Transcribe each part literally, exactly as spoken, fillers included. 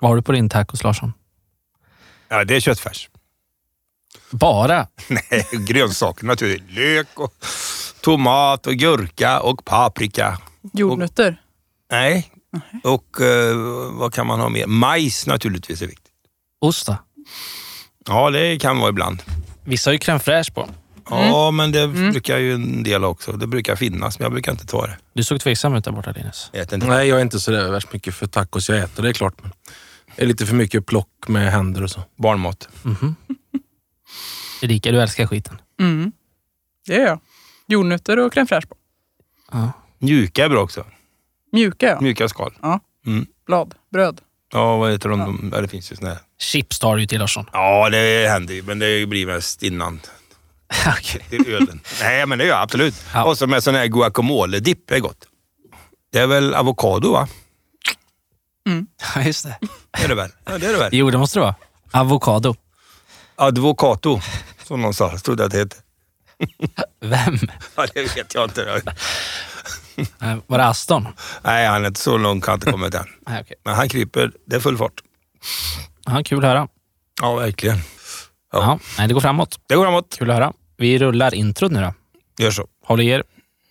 Vad har du på din tacos, Larsson? Ja, det är köttfärs. Bara? Nej, grönsaker naturligtvis. Lök och tomat och gurka och paprika. Jordnötter? Och, nej, och eh, vad kan man ha mer? Majs naturligtvis är viktigt. Ost då? Ja, det kan vara ibland. Vissa har ju crème fraîche på. Ja, Mm. men det Mm. brukar ju en del också. Det brukar finnas, men jag brukar inte ta det. Du såg tveksam ut där borta, Linus. Jag äter inte. Nej, jag är inte så där värst mycket för tacos. Jag äter det är klart. Men det är lite för mycket plock med händer och så. Barnmat. Mhm. Erika, du älskar skiten. Mm. Det är jag. Jordnötter och crème fraîche på. Ja. Mjuka är bra också. Mjuka, ja. Mjuka skal. Ja. Mm. Blad, bröd. Ja, vad heter de? Ja. Det finns ju såna här. Chips tar du ju till, Larsson. Ja, det händer ju, men det blir mest innan. Okej. Till ölen. Nej, men det gör jag absolut. Ja. Och så med sån här guacamole-dipp är gott. Det är väl avokado, va? Ja, just det. Det är det väl? Ja, det är det väl. Jo, det måste det vara. Avokado. Advocato, som någon sa. Stod det att det heter. Vem? Ja, det vet jag inte. Eh, Var det Aston? Nej, han är inte så långt, kan inte kommit än. Nej, okej. Men han kryper, det är full fart. Ja, kul att höra. Ja, verkligen. Ja. Ja, nej, det går framåt. Det går framåt. Kul att höra. Vi rullar introt nu då. Gör så. Håll i er.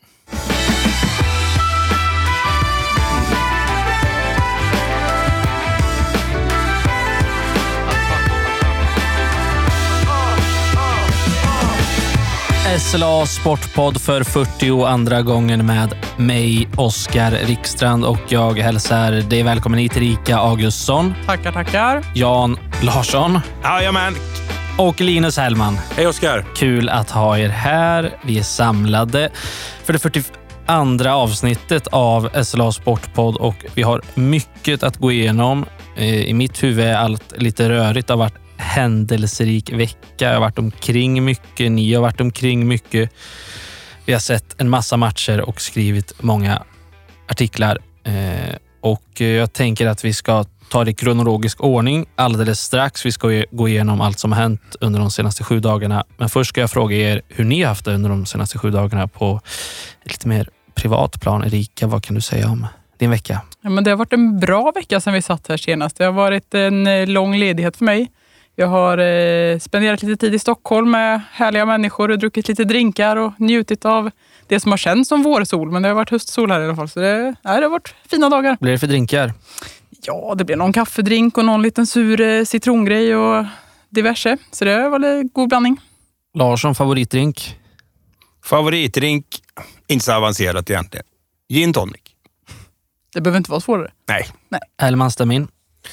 S L A Sportpodd för fyrtioandra gången med mig, Oskar Rickstrand, och jag hälsar dig välkommen hit, Erika Augustsson, Tackar, tackar. Jan Larsson Jajamän. och Linus Hellman. Hej Oskar! Kul att ha er här. Vi är samlade för det fyrtioandra avsnittet av S L A Sportpodd och vi har mycket att gå igenom. I mitt huvud är allt lite rörigt. Det har varit händelserik vecka. Jag har varit omkring mycket. Ni har varit omkring mycket. Vi har sett en massa matcher och skrivit många artiklar. Och jag tänker att vi ska ta det i kronologisk ordning alldeles strax. Vi ska gå igenom allt som har hänt under de senaste sju dagarna. Men först ska jag fråga er hur ni har haft det under de senaste sju dagarna på ett lite mer privat plan. Erika, vad kan du säga om din vecka? Ja, men det har varit en bra vecka sedan vi satt här senast. Det har varit en eh, lång ledighet för mig. Jag har eh, spenderat lite tid i Stockholm med härliga människor och druckit lite drinkar och njutit av det som har känts som vårsol. Men det har varit höstsol här i alla fall. Så det, nej, det har varit fina dagar. Blir det för drinkar? Ja, det blev någon kaffedrink och någon liten sur eh, citrongrej och diverse. Så det var en god blandning. Larsson, favoritdrink? Favoritdrink, inte så avancerat egentligen. Gin tonic. Det behöver inte vara svårare. Nej. Hellman Stamin?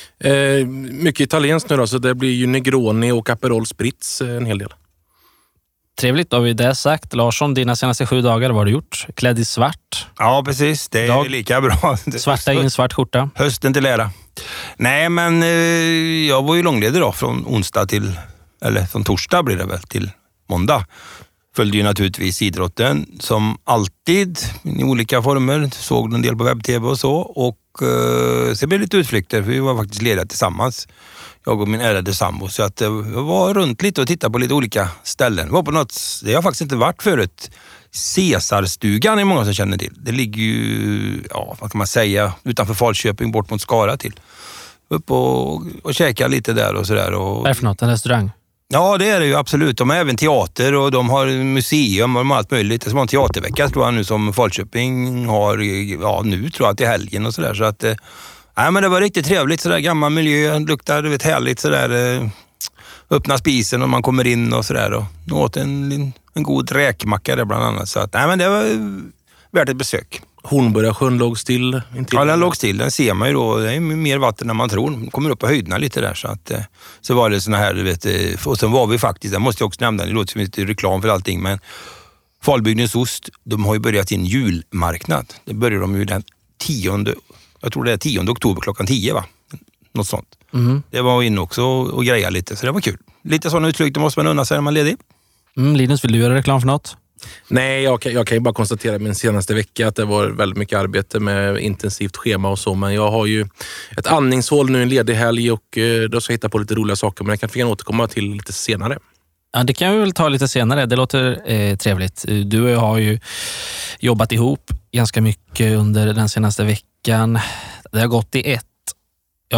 Eh, mycket italienskt nu då, så det blir ju Negroni och Aperol Spritz eh, en hel del. Trevligt, då har vi det sagt. Larsson, dina senaste sju dagar, vad har du gjort? Klädd i svart? Ja, precis. Det är Dag. lika bra. Svarta in, svart skjorta? Hösten till ära. Nej, men eh, jag var ju långledig då från onsdag till, eller från torsdag blir det väl, till måndag. Följde ju naturligtvis idrotten som alltid i olika former. Såg en del på webb-tv och så. Och eh, så blev det lite utflykter, för vi var faktiskt lediga tillsammans. Jag och min ärade sambo. Så att jag var runt lite och tittade på lite olika ställen. Var på något, det har faktiskt inte varit förut. Cesarstugan är många som känner till. Det ligger ju, ja, vad kan man säga, utanför Falköping bort mot Skara till. Upp och, och käka lite där och sådär. Och... Vad är det för något? En restaurang? Ja, det är det ju absolut. De har även teater och de har museum och de har allt möjligt. Det är som en teatervecka tror jag nu som Falköping har, ja nu tror jag till helgen och sådär. Så att, eh, nej men det var riktigt trevligt sådär, gammal miljö, luktar du vet härligt sådär, eh, öppna spisen och man kommer in och sådär och åt en, en god räkmacka där bland annat. Så att, nej men det var värt ett besök. Hornborgasjön låg still. Ja, den låg still. Den ser man ju då. Det är mer vatten än man tror. Den kommer upp på höjderna lite där. Så, att, så var det såna här, du vet, och sen var vi faktiskt, jag måste jag också nämna, det låter som lite reklam för allting, men Falbygdens ost, de har ju börjat sin julmarknad. Det börjar de ju den tionde, jag tror det är tionde oktober klockan tio va? Något sånt. Mm. Det var inne också och greja lite, så det var kul. Lite sådana utflykter måste man unna sig när man är ledig. Mm, Linus, vill du göra reklam för något? Nej, jag kan, jag kan ju bara konstatera min senaste vecka att det var väldigt mycket arbete med intensivt schema och så. Men jag har ju ett andningshål nu, en ledig helg och eh, då ska jag hitta på lite roliga saker. Men jag kan få återkomma till lite senare. Ja, det kan vi väl ta lite senare. Det låter eh, trevligt. Du och jag har ju jobbat ihop ganska mycket under den senaste veckan. Det har gått i ett. Jag har varit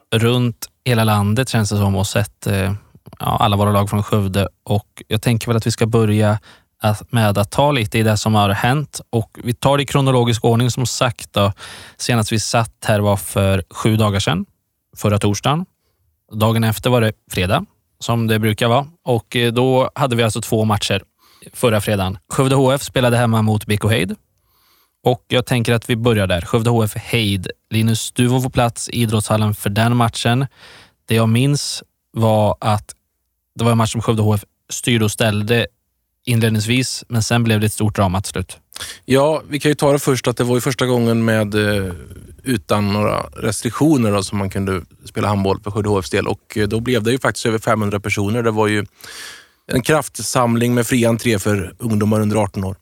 runt hela landet känns det som och sett eh, ja, alla våra lag från Skövde. Och jag tänker väl att vi ska börja att, med att ta lite i det som har hänt. Och vi tar det i kronologisk ordning som sagt. Då. Senast vi satt här var för sju dagar sedan, förra torsdagen. Dagen efter var det fredag, som det brukar vara. Och eh, då hade vi alltså två matcher förra fredagen. Skövde H F spelade hemma mot B K Heid. Och jag tänker att vi börjar där. Skövde H F Heid. Linus, du var på plats i idrottshallen för den matchen. Det jag minns var att det var en match som Skövde H F styrde och ställde inledningsvis, men sen blev det ett stort drama till slut. Ja, vi kan ju ta det först att det var ju första gången med utan några restriktioner då, som man kunde spela handboll för Skövde H Fs del. Och då blev det ju faktiskt över femhundra personer. Det var ju en kraftsamling med fri entré för ungdomar under arton år.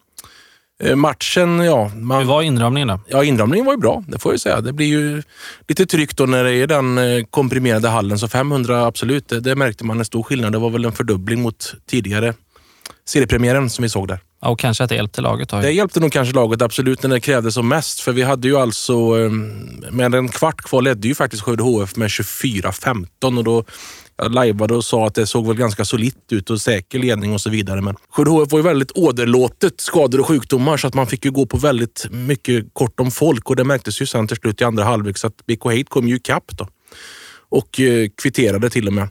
Matchen, ja... Man, Hur var inramningen då? Ja, inramningen var ju bra, det får jag säga. Det blir ju lite tryckt då när det är den komprimerade hallen. Så femhundra, absolut, det, det märkte man en stor skillnad. Det var väl en fördubbling mot tidigare seriepremiären som vi såg där. Ja, och kanske att det hjälpte laget. Har ju. Det hjälpte nog kanske laget absolut när det krävdes som mest. För vi hade ju alltså, med en kvart kvar ledde ju faktiskt Skövde H F med tjugofyra femton och då jag lajvade och sa att det såg väl ganska solitt ut och säker ledning och så vidare. Men Skövde H F var ju väldigt åderlåtet, skador och sjukdomar, så att man fick ju gå på väldigt mycket kort om folk och det märktes ju sen till slut i andra halvlek så att B K Heid kom ju i kapp då. Och eh, kvitterade till och med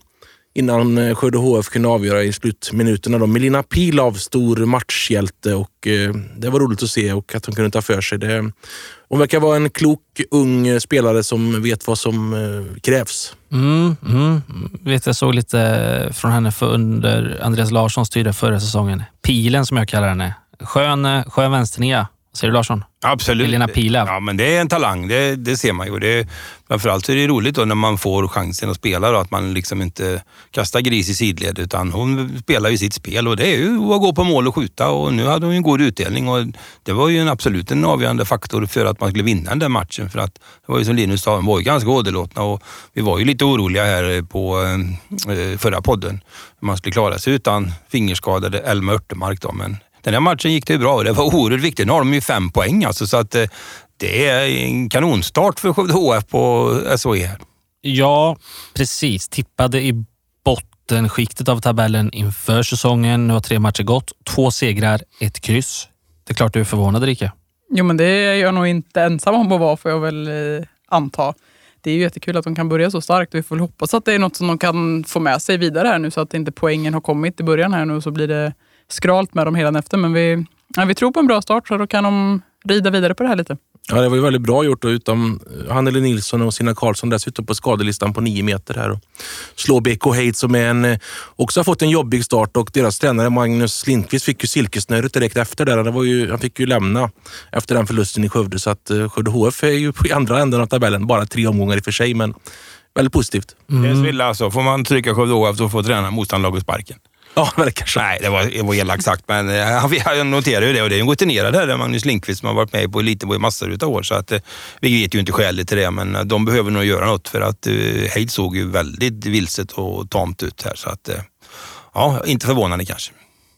innan Skövde H F kunde avgöra i slutminuterna då. Melina Pilav, stor matchhjälte och eh, det var roligt att se och att hon kunde ta för sig det. Hon verkar vara en klok, ung spelare som vet vad som eh, krävs. Mm, mm. Vet jag såg lite från henne för under Andreas Larsson styrde förra säsongen. Pilen som jag kallar henne. Skön, skön vänsternia. Ser du Larsson? Absolut. Melina Pilav. Ja, men det är en talang, det, det ser man ju. Det, framförallt så är det roligt då när man får chansen att spela då, att man liksom inte kastar gris i sidled utan hon spelar ju sitt spel och det är ju att gå på mål och skjuta och nu hade hon ju en god utdelning och det var ju en absolut en avgörande faktor för att man skulle vinna den där matchen för att det var ju som Linus sa, de var ju ganska åderlåtna och vi var ju lite oroliga här på eh, förra podden. Man skulle klara sig utan fingerskadade Elma Örtemark då, men den här matchen gick det ju bra och det var oerhört viktigt. Nu har de ju fem poäng alltså, så att eh, det är en kanonstart för Skövde H F på S O E här. Ja, precis. Tippade i bottenskiktet av tabellen inför säsongen. Nu har tre matcher gått. Två segrar, ett kryss. Det är klart du är förvånad, Rika. Jo, men det är jag nog inte ensam om att vara, får jag väl eh, anta. Det är ju jättekul att de kan börja så starkt och vi får hoppas att det är något som de kan få med sig vidare här nu så att inte poängen har kommit i början här nu så blir det skralt med dem hela efter, men vi, ja, vi tror på en bra start så då kan de rida vidare på det här lite. Ja, det var ju väldigt bra gjort då, utan Hanneli Nilsson och Sina Karlsson dessutom på skadelistan på nio meter här och slå B K Heid som är en, också har fått en jobbig start och deras tränare Magnus Lindqvist fick ju silkesnöret direkt efter där. Det var ju, han fick ju lämna efter den förlusten i Skövde så att Skövde H F är ju på andra änden av tabellen, bara tre omgångar i för sig, men väldigt positivt. Mm. Det är svilla alltså, får man trycka Skövde H F så får träna motståndarlaget sparken. Ja, men det kanske. Nej, det var, det var elakt sagt, men jag noterar ju det och det är en rutinerad här, Magnus Lindqvist som har varit med på lite på massor utav år så att vi vet ju inte skälet till det, men de behöver nog göra något för att uh, Heid såg ju väldigt vilset och tamt ut här så att uh, ja, inte förvånande kanske.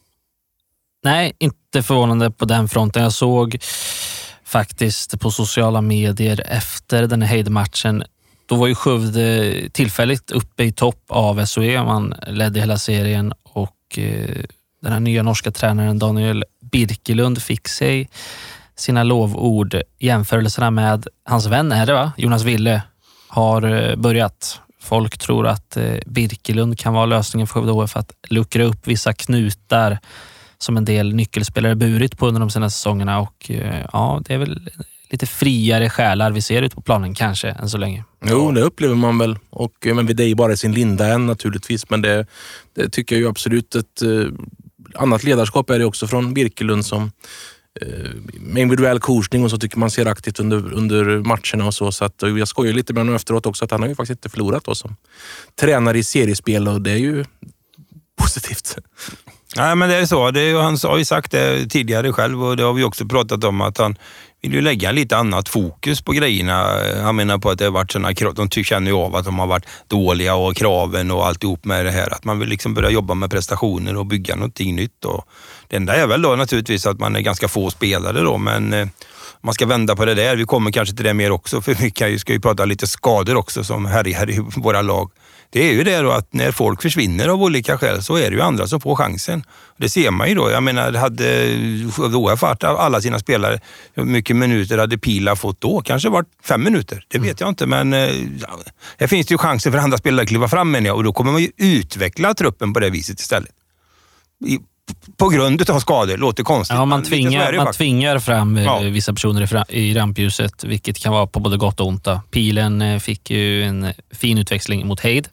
Nej, inte förvånande på den fronten. Jag såg faktiskt på sociala medier efter den här Heid-matchen. Då var ju Skövde tillfälligt uppe i topp av S O E. Man ledde hela serien och eh, den här nya norska tränaren Daniel Birkelund fick sig sina lovord. Jämförelserna med hans vän är det va? Jonas Wille har eh, börjat. Folk tror att eh, Birkelund kan vara lösningen för Skövde H F att luckra upp vissa knutar som en del nyckelspelare burit på under de senaste säsongerna och eh, ja, det är väl lite friare själar vi ser ut på planen kanske än så länge. Jo, det upplever man väl. Och, men det är ju bara sin linda än naturligtvis. Men det, det tycker jag ju absolut ett eh, annat ledarskap är det också från Birkelund som eh, med individuell coachning och så tycker man ser aktivt under, under matcherna och så. Så att, och jag skojar lite med honom efteråt också att han har ju faktiskt inte förlorat då som tränare i seriespel och det är ju positivt. Nej, men det är så. Det är, han har ju sagt det tidigare själv och det har vi också pratat om att han vill ju lägga lite annat fokus på grejerna. Han menar på att det har varit sådana krav. De känner ju av att de har varit dåliga och kraven och alltihop med det här. Att man vill liksom börja jobba med prestationer och bygga någonting nytt. Och det enda är väl då naturligtvis att man är ganska få spelare då, men man ska vända på det där, vi kommer kanske till det mer också, för vi kan ju, ska ju prata lite skador också som härjar i våra lag. Det är ju det då att när folk försvinner av olika skäl så är det ju andra som får chansen. Det ser man ju då. Jag menar, hade O F varit alla sina spelare, hur mycket minuter hade Pila fått då? Kanske varit fem minuter, det vet jag inte. Men ja, här finns det ju chanser för andra spelare att kliva fram med, och då kommer man ju utveckla truppen på det viset istället. I, på grund av skador, låter konstigt. Ja, man tvingar, man tvingar fram ja. vissa personer i rampljuset, vilket kan vara på både gott och ont. Pilen fick ju en fin utväxling mot Heid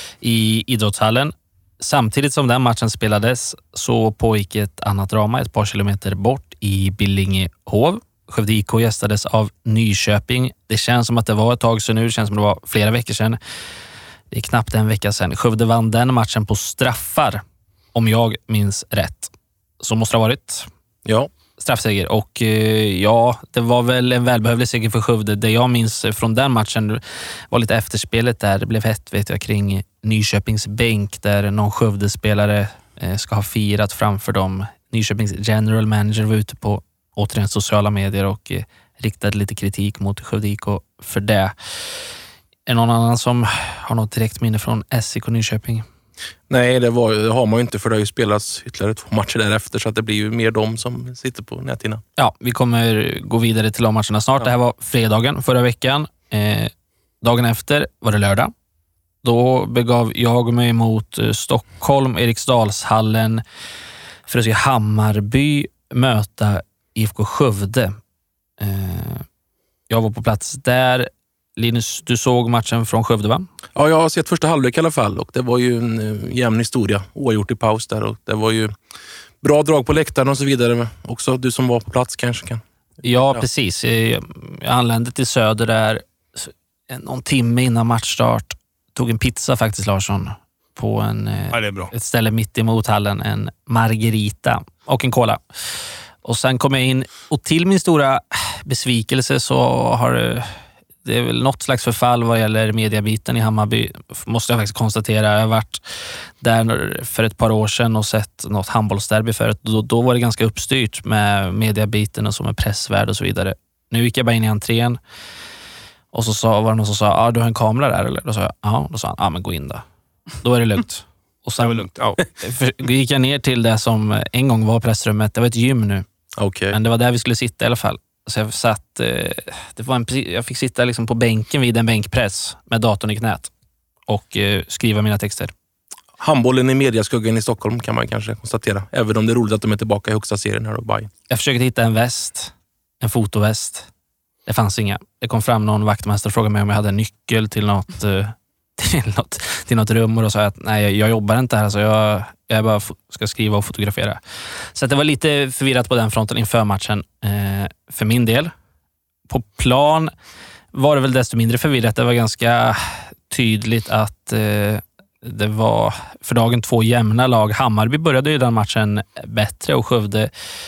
i idrottshallen. Samtidigt som den matchen spelades så pågick ett annat drama ett par kilometer bort i Billingehov. Skövde I K gästades av Nyköping. Det känns som att det var ett tag sedan nu, det känns som att det var flera veckor sedan. Det är knappt en vecka sedan. Skövde vann den matchen på straffar, om jag minns rätt. Så måste det ha varit. Ja. Straffseger. Och ja, det var väl en välbehövlig seger för Skövde. Det jag minns från den matchen var lite efterspelet där. Det blev hett, vet jag, kring Nyköpings bänk där någon Skövde-spelare ska ha firat framför dem. Nyköpings general manager var ute på återigen sociala medier och riktade lite kritik mot Skövde I K för det. Är någon annan som har något direkt minne från S I K Nyköping? Nej, det, var, det har man ju inte, för det har ju spelats ytterligare två matcher därefter, så att det blir ju mer de som sitter på näthinnan. Ja, vi kommer gå vidare till de matcherna snart. Ja. Det här var fredagen förra veckan. Eh, dagen efter var det lördag. Då begav jag mig mot eh, Stockholm, Eriksdalshallen, för att se Hammarby möta I F K Skövde. Eh, jag var på plats där. Linus, du såg matchen från Skövde, va? Ja, jag har sett första halvlek i alla fall, och det var ju en uh, jämn historia. Oavgjort i paus där, och det var ju bra drag på läktaren och så vidare. Också du som var på plats kanske kan. Ja, ja. Precis. Jag anlände till Söder där någon timme innan matchstart. Tog en pizza faktiskt, Larsson, på en, ja, det är bra. ett ställe mitt emot hallen. En margarita och en cola. Och sen kom jag in, och till min stora besvikelse så har det... Det är väl något slags förfall vad gäller mediabiten i Hammarby, måste jag faktiskt konstatera. Jag har varit där för ett par år sedan och sett något handbollsderby förut. Då, då var det ganska uppstyrt med mediabiten och så med pressvärd och så vidare. Nu gick jag bara in i entrén och så sa, var det någon som sa, ja, ah, du har en kamera där eller? Då sa jag, ja. Då sa han, ja, ah, men gå in då. Då är det lugnt. Och sen det var lugnt. Ja. gick jag ner till det som en gång var pressrummet. Det var ett gym nu. Okay. Men det var där vi skulle sitta i alla fall. Så jag satt, det var en, jag fick sitta liksom på bänken vid en bänkpress med datorn i knät och skriva mina texter. Handbollen i mediaskuggan i Stockholm kan man kanske konstatera. Även om det är roligt att de är tillbaka i högsta serien här och Bayern. Jag försökte hitta en väst, en fotoväst. Det fanns inga. Det kom fram någon vaktmästare och frågade mig om jag hade en nyckel till något, till något, till något rum, och då sa jag att nej, jag jobbar inte här. Alltså jag, jag bara ska skriva och fotografera. Så att det var lite förvirrat på den fronten inför matchen eh, för min del. På plan var det väl desto mindre förvirrat. Det var ganska tydligt att eh, det var för dagen två jämna lag. Hammarby började ju den matchen bättre och Skövde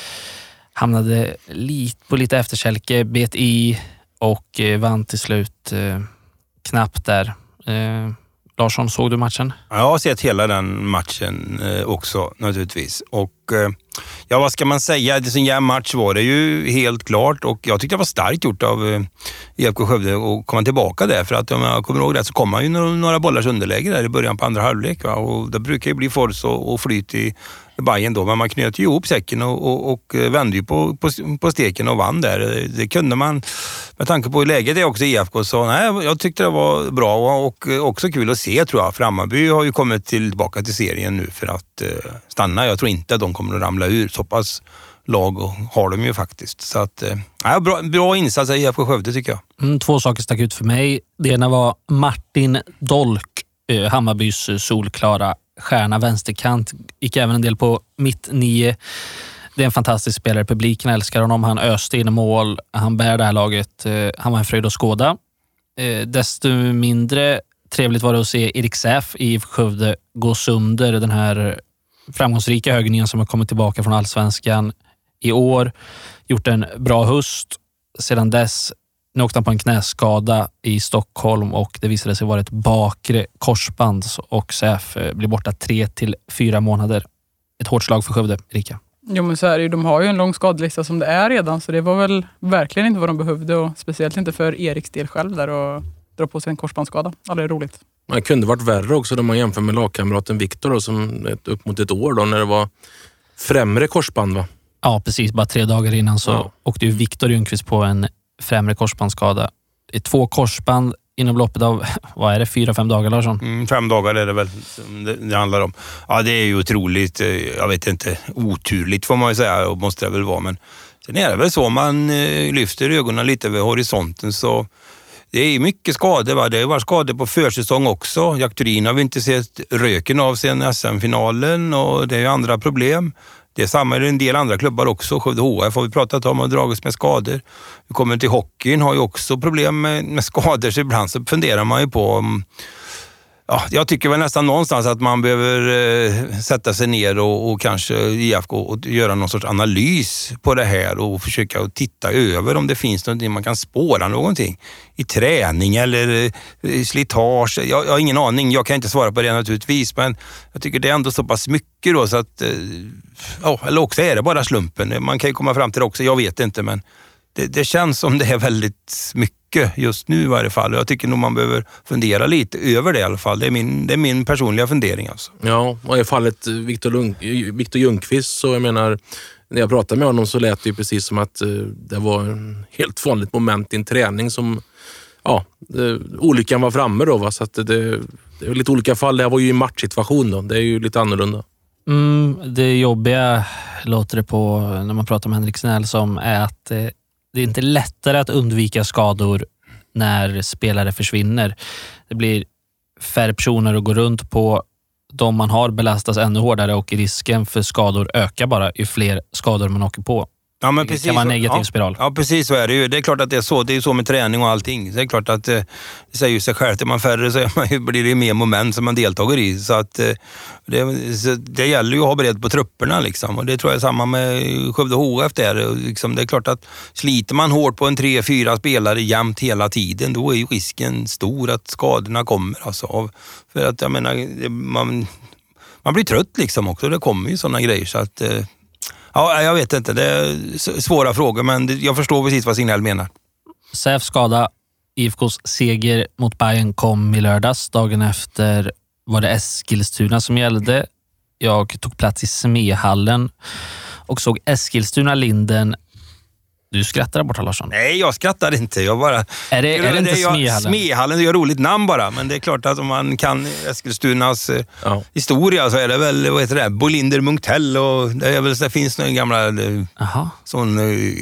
hamnade lite på lite efterkälke, bet i och eh, vann till slut eh, knappt där. Eh, Larsson, såg du matchen? Jag har sett hela den matchen eh, också naturligtvis. Och eh, ja, vad ska man säga? Det är en jämn match var det ju helt klart, och jag tyckte det var starkt gjort av eh, I F K Skövde att komma tillbaka där, för att om jag kommer ihåg rätt så kom man ju några, några bollars underläge där i början på andra halvlek, va? Och det brukar ju bli force och, och flyt i Bayern då, men man knöt ju ihop säcken och, och, och vände ju på, på, på steken och vann där. Det kunde man, med tanke på läget är också I F K, så nej, jag tyckte det var bra och, och också kul att se, tror jag. För Hammarby har ju kommit tillbaka till serien nu för att eh, stanna. Jag tror inte att de kommer att ramla ur. Så pass lag och har de ju faktiskt. Så att, eh, bra, bra insats i I F K Skövde tycker jag. Mm, två saker stack ut för mig. Det ena var Martin Dolk, eh, Hammarbys solklara stjärna vänsterkant. Gick även en del på mitt nio. Det är en fantastisk spelare. Publiken älskar honom. Han öste in mål. Han bär det här laget. Han var en fröjd att skåda. Desto mindre trevligt var det att se Erik Säf i Skövde gå sönder den här framgångsrika högningen som har kommit tillbaka från Allsvenskan i år. Gjort en bra höst. Sedan dess nu åkte han på en knäskada i Stockholm och det visade sig vara ett bakre korsband och Säf blir borta tre till fyra månader. Ett hårt slag för Skövde, Erika. Jo, men så är det ju. De har ju en lång skadelista som det är redan, så det var väl verkligen inte vad de behövde, och speciellt inte för Eriks del själv där och dra på sig en korsbandsskada. Aldrig roligt. Det kunde varit värre också när man jämför med lagkamraten Viktor då, som ett, upp mot ett år då, när det var främre korsband, va? Ja, precis. Bara tre dagar innan så ja. åkte ju Viktor Ljungqvist på en främre korsbandsskada. Det är två korsband inom loppet av, vad är det, fyra, fem dagar, Larsson? Mm, fem dagar är det väl det, det handlar om. Ja, det är ju otroligt, jag vet inte, oturligt får man ju säga, och måste det väl vara, men sen är det väl så, man eh, lyfter ögonen lite över horisonten, så det är mycket skador, va? Det har varit skador på försäsong också. Jack Turin har vi inte sett röken av sen S M-finalen, och det är ju andra problem. Det är samma i en del andra klubbar också. Skövde H F har vi pratat om och dragits med skador. Vi kommer till hockeyn, har ju också problem med, med skador, så ibland så funderar man ju på om, ja, jag tycker väl nästan någonstans att man behöver eh, sätta sig ner och, och kanske i F K och göra någon sorts analys på det här och försöka att titta över om det finns någonting, man kan spåra någonting i träning eller eh, slitage. Jag, jag har ingen aning, jag kan inte svara på det naturligtvis, men jag tycker det är ändå så pass mycket då så att, eh, ja, eller också är det bara slumpen. Man kan ju komma fram till det också, jag vet inte, men det, det känns som det är väldigt mycket just nu i varje fall. Jag tycker nog man behöver fundera lite över det i alla fall. Det är min, det är min personliga fundering alltså. Ja, och i fallet Viktor Lund, Viktor Ljungqvist, så jag menar, när jag pratade med honom så lät det ju precis som att det var en helt vanligt moment i en träning som, ja, det, olyckan var framme då, va? Så att det, det är lite olika fall. Det här var ju i matchsituation då. Det är ju lite annorlunda. Mm, det jobbiga låter det på när man pratar med Henrik Snäll som är att eh, det är inte lättare att undvika skador när spelare försvinner. Det blir färre personer att gå runt på. De man har belastas ännu hårdare och risken för skador ökar bara ju fler skador man åker på. Ja, men det precis, kan vara en negativ ja, spiral. Ja, precis så är det ju. Det är klart att det är så. Det är ju så med träning och allting. Det är klart att det säger ju sig självt. Är man färre så är man ju, blir det mer moment som man deltager i. Så att det, så det gäller ju att ha beredd på trupperna liksom. Och det tror jag är samma med Skövde H F där. Liksom, det är klart att sliter man hårt på en tre, fyra spelare jämt hela tiden, då är ju risken stor att skadorna kommer. Alltså, för att jag menar, man, man blir trött liksom också. Det kommer ju sådana grejer så att... Ja, jag vet inte. Det är svåra frågor, men jag förstår precis vad Signell menar. S F skada. I F K:s seger mot Bayern kom i lördags. Dagen efter var det Eskilstuna som gällde. Jag tog plats i Smehallen och såg Eskilstuna-Linden. Du skrattar borta, Larsson. Nej, jag skrattar inte. Jag bara... Är det, är det inte jag, Smehallen? Smehallen, det är ett roligt namn bara. Men det är klart att om man kan Eskilstunas ja. historia så är det väl, vad heter det, Bolinder Munktell och det, är väl, det finns någon gamla Aha. sån uh,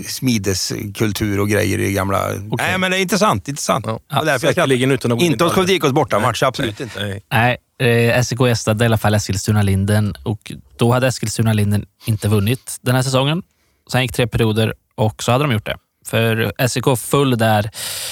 smideskultur och grejer i gamla... Okay. Nej, men det är intressant, intressant. Ja. Ja, därför jag utan att inte hos Skövde borta match, absolut nej, inte. Nej, nej eh, S C K gästade i alla fall Eskilstuna-Linden och då hade Eskilstuna-Linden inte vunnit den här säsongen. Sen gick tre perioder och så hade de gjort det. För S C K full där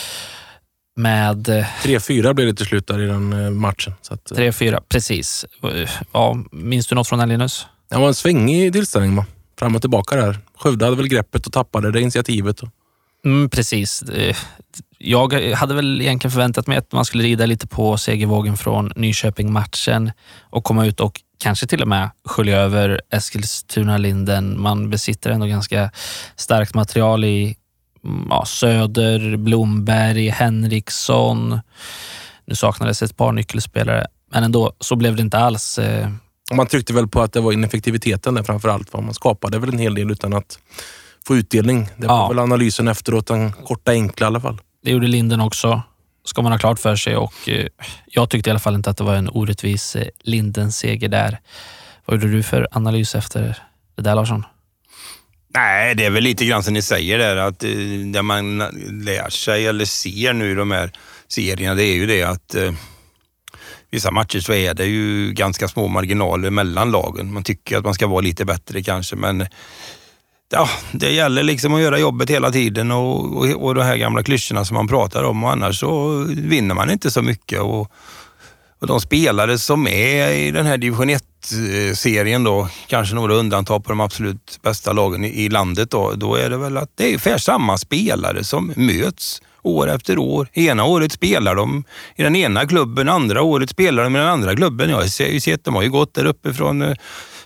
med... tre fyra blev det till slut där i den matchen. Så att... tre fyra, precis. Ja, minns du något från den, Linus? Det var en svängig tillställning, va? Fram och tillbaka där. Skövde hade väl greppet och tappade det initiativet. Mm, precis. Jag hade väl egentligen förväntat mig att man skulle rida lite på segervågen från Nyköping-matchen och komma ut och kanske till och med skölja över Eskilstuna-Linden. Man besitter ändå ganska starkt material i ja, Söder, Blomberg, Henriksson. Nu saknades ett par nyckelspelare, men ändå så blev det inte alls. Man tryckte väl på att det var ineffektiviteten där framförallt. Man skapade väl en hel del utan att få utdelning. Det var ja. väl analysen efteråt, en korta enkla i alla fall. Det gjorde Linden också, ska man ha klart för sig, och eh, jag tyckte i alla fall inte att det var en orättvis eh, Lindens seger där. Vad gjorde du för analys efter det där, Larsson? Nej, det är väl lite grann som ni säger där, att eh, det man lär sig eller ser nu i de här serierna, det är ju det att eh, vissa matcher så är det ju ganska små marginaler mellan lagen. Man tycker att man ska vara lite bättre kanske, men ja, det gäller liksom att göra jobbet hela tiden och, och, och de här gamla klyschorna som man pratar om, och annars så vinner man inte så mycket. Och, och de spelare som är i den här division ett-serien då, kanske några undantag på de absolut bästa lagen i, i landet då, då är det väl att det är ungefär samma spelare som möts år efter år. Ena året spelar de i den ena klubben, andra året spelar de i den andra klubben. Jag har ju sett, de har ju gått där uppe från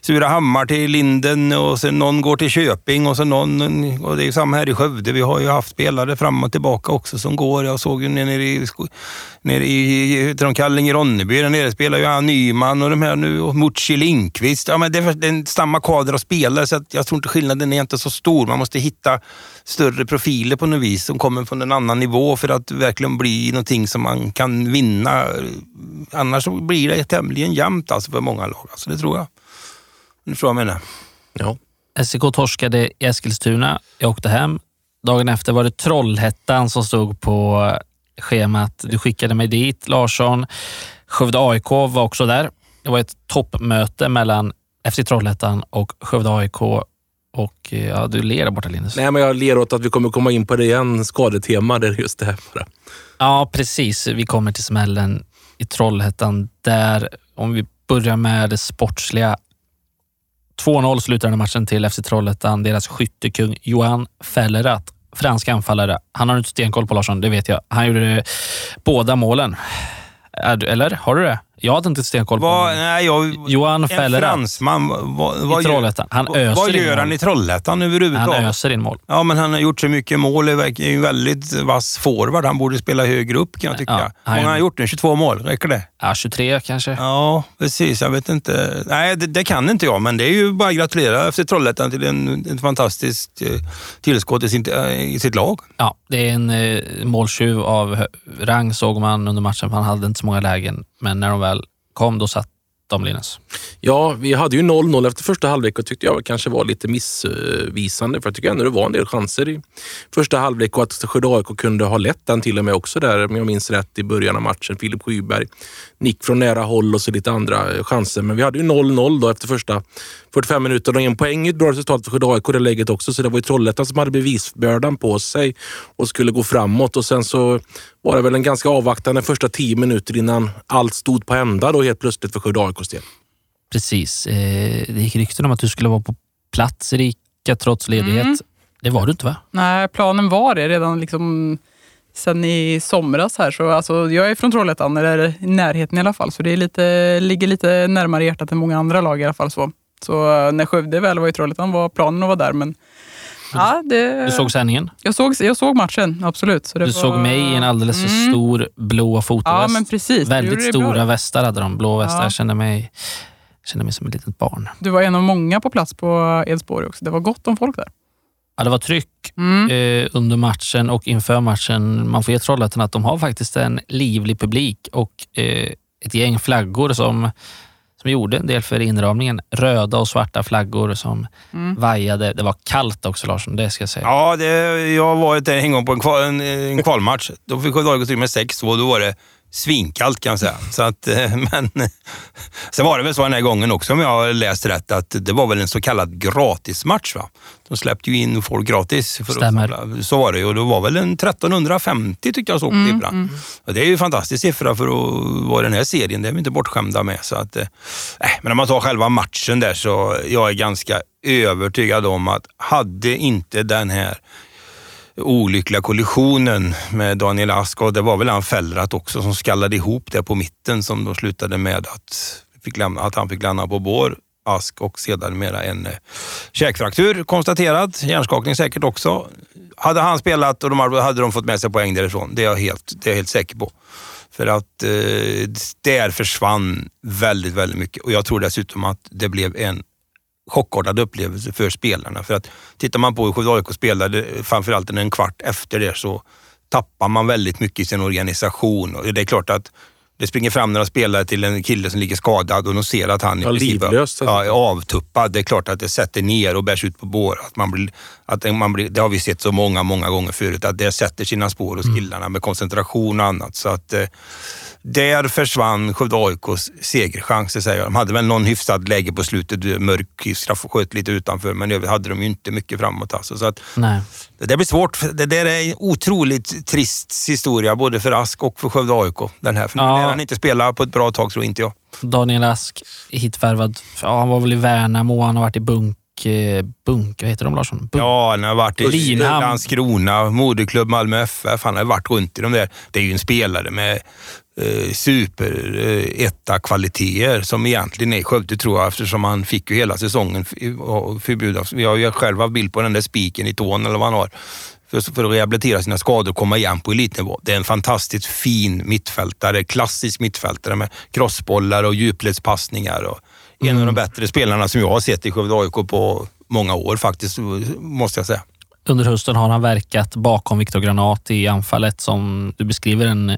Surahammar till Linden och sen någon går till Köping och så någon, och det är ju samma här i Skövde. Vi har ju haft spelare fram och tillbaka också som går. Jag såg ju nere i, nere i de Kalling i Ronneby, där nere spelar ju han Nyman och de här nu, och Mutsi Lindqvist. Ja, men det är, det är samma kader av spelare, så att jag tror inte skillnaden är inte så stor. Man måste hitta större profiler på något vis som kommer från en annan nivå för att verkligen bli någonting som man kan vinna. Annars så blir det tämligen jämnt alltså för många lag. Alltså det tror jag. Nu tror jag menar. Ja. S C K torskade i Eskilstuna. Jag åkte hem. Dagen efter var det Trollhättan som stod på schemat. Du skickade mig dit, Larsson. Skövde A I K var också där. Det var ett toppmöte mellan F C Trollhättan och Skövde A I K. Och ja, du ler borta, Linus. Nej, men jag ler åt att vi kommer komma in på det igen. Skadetema, det är just det här bara. Ja, precis. Vi kommer till smällen i Trollhättan där, om vi börjar med det sportsliga. två noll slutade matchen till F C Trollhättan. Deras skyttekung Johan Fellerat, fransk anfallare. Han har inte stenkoll på, Larsson, det vet jag. Han gjorde båda målen. Eller har du det? Jag hade inte stenkoll på Va, nej, jag, Johan Fellerat. En fransman. Va, va, I Trollhättan. Han va, öser vad in gör mål. han i Trollhättan överhuvudtaget? Han öser in mål. Ja, men han har gjort så mycket mål. Det är ju en väldigt vass forward. Han borde spela högre upp, kan jag tycka. Ja, han, han har gjort nu tjugotvå mål. Räcker det? Ja, tjugotre kanske. Ja, precis. Jag vet inte. Nej, det, det kan inte jag. Men det är ju bara att gratulera efter Trollhättan till en, en fantastisk eh, tillskott i, sin, eh, i sitt lag. Ja, det är en eh, måltjuv av rang, såg man under matchen. Han hade inte så många lägen. Men när de väl kom, då satt de, Linus. Ja, vi hade ju noll noll efter första halvlek och tyckte jag kanske var lite missvisande, för jag tycker ändå det var en del chanser i första halvlek och att Skövde A I K kunde ha lätt den till och med också där, om jag minns rätt, i början av matchen. Filip Skyberg, nick från nära håll och så lite andra chanser, men vi hade ju noll noll då efter första fyrtiofem minuter och en poäng, ett bra resultat för Skövde A I K det läget också, så det var ju Trollhättan som hade bevisbördan på sig och skulle gå framåt, och sen så var det väl en ganska avvaktande första tio minuter innan allt stod på ända då helt plötsligt för Skövde A I K:s del. Precis. Eh, det gick rykten om att du skulle vara på plats i Rika trots ledighet. Mm. Det var du inte, va? Nej, planen var det redan liksom sen i somras här. Så alltså, jag är från Trollhättan, eller i närheten i alla fall. Så det är lite, ligger lite närmare hjärtat än många andra lag i alla fall. Så, så när Skövde väl var i Trollhättan var planen att vara där. Men ja, det... Du såg sändningen? Jag såg, jag såg matchen, absolut. Så det du var... såg mig i en alldeles för mm. stor blå fotoväst. Ja, men precis. Väldigt stora bra. västar hade de, blå västar. Ja. Jag kände mig, kände mig som ett litet barn. Du var en av många på plats på Edsborg också. Det var gott om folk där. Ja, det var tryck mm. eh, under matchen och inför matchen. Man får ge Trollhättan att de har faktiskt en livlig publik och eh, ett gäng flaggor som... som gjorde en del för inramningen. Röda och svarta flaggor som mm. vajade. Det var kallt också, Larsson, det ska jag säga. Ja, det, jag var där en gång på en, kval, en, en kvalmatch. Då fick jag gå till med sex två, då var det svinkallt kan jag säga. Så att, men sen var det väl så den här gången också, om jag har läst rätt, att det var väl en så kallad gratismatch, va? De släppte ju in folk gratis. För Stämmer. Att, så var det ju, och det var väl en tretton femtio tyckte jag såg på mm, mm. Och det är ju en fantastisk siffra för att vara den här serien, det är vi inte bortskämda med. Så att, äh, men om man tar själva matchen där, så jag är ganska övertygad om att hade inte den här olyckliga kollisionen med Daniel Ask, och det var väl han Fellerat också som skallade ihop det på mitten, som då slutade med att, fick lämna, att han fick lämna på bår, Ask, och sedan mera en eh, käkfraktur konstaterat, hjärnskakning säkert också. Hade han spelat och de hade de fått med sig poäng därifrån, det är jag helt, det är jag helt säker på. För att eh, där försvann väldigt, väldigt mycket, och jag tror dessutom att det blev en chockartad upplevelse för spelarna. För att tittar man på hur Skövde A I K spelade, framförallt en kvart efter det, så tappar man väldigt mycket i sin organisation. Och det är klart att det springer fram några spelare till en kille som ligger skadad och de ser att han är, livlös, ja, är avtuppad. Det är klart att det sätter ner och bärs ut på bår. Att man blir, att man blir, det har vi sett så många, många gånger förut, att det sätter sina spår hos killarna med koncentration och annat. Så att eh, där försvann Skövde A I K:s segerchanser, säger jag. De hade väl någon hyfsad läge på slutet, mörk straff sköt lite utanför, men det hade de ju inte mycket framåt. Alltså. Så att, nej. Det där blir svårt. Det där är en otroligt trist historia, både för Ask och för Skövde A I K. Den här. För ja. När han inte spelar på ett bra tag, tror inte jag. Daniel Ask, hitvärvad. Ja, han var väl i Värnamo, han har varit i Bunk. Bunk, vad heter de, Larsson? Bunk. Ja, han har varit i Landskrona, moderklubb Malmö F F. Han har varit runt i de där. Det är ju en spelare med eh, super eh, etta kvaliteter som egentligen är Skövde, tror jag, eftersom han fick ju hela säsongen förbjudas. Vi har ju själv haft bild på den där spiken i tån eller vad han har. För, för att rehabilitera sina skador och komma igen på elitnivå. Det är en fantastiskt fin mittfältare, klassisk mittfältare med crossbollar och djupledspassningar. Och mm. En av de bättre spelarna som jag har sett i Skövde A I K på många år faktiskt, måste jag säga. Under hösten har han verkat bakom Viktor Granat i anfallet, som du beskriver, en,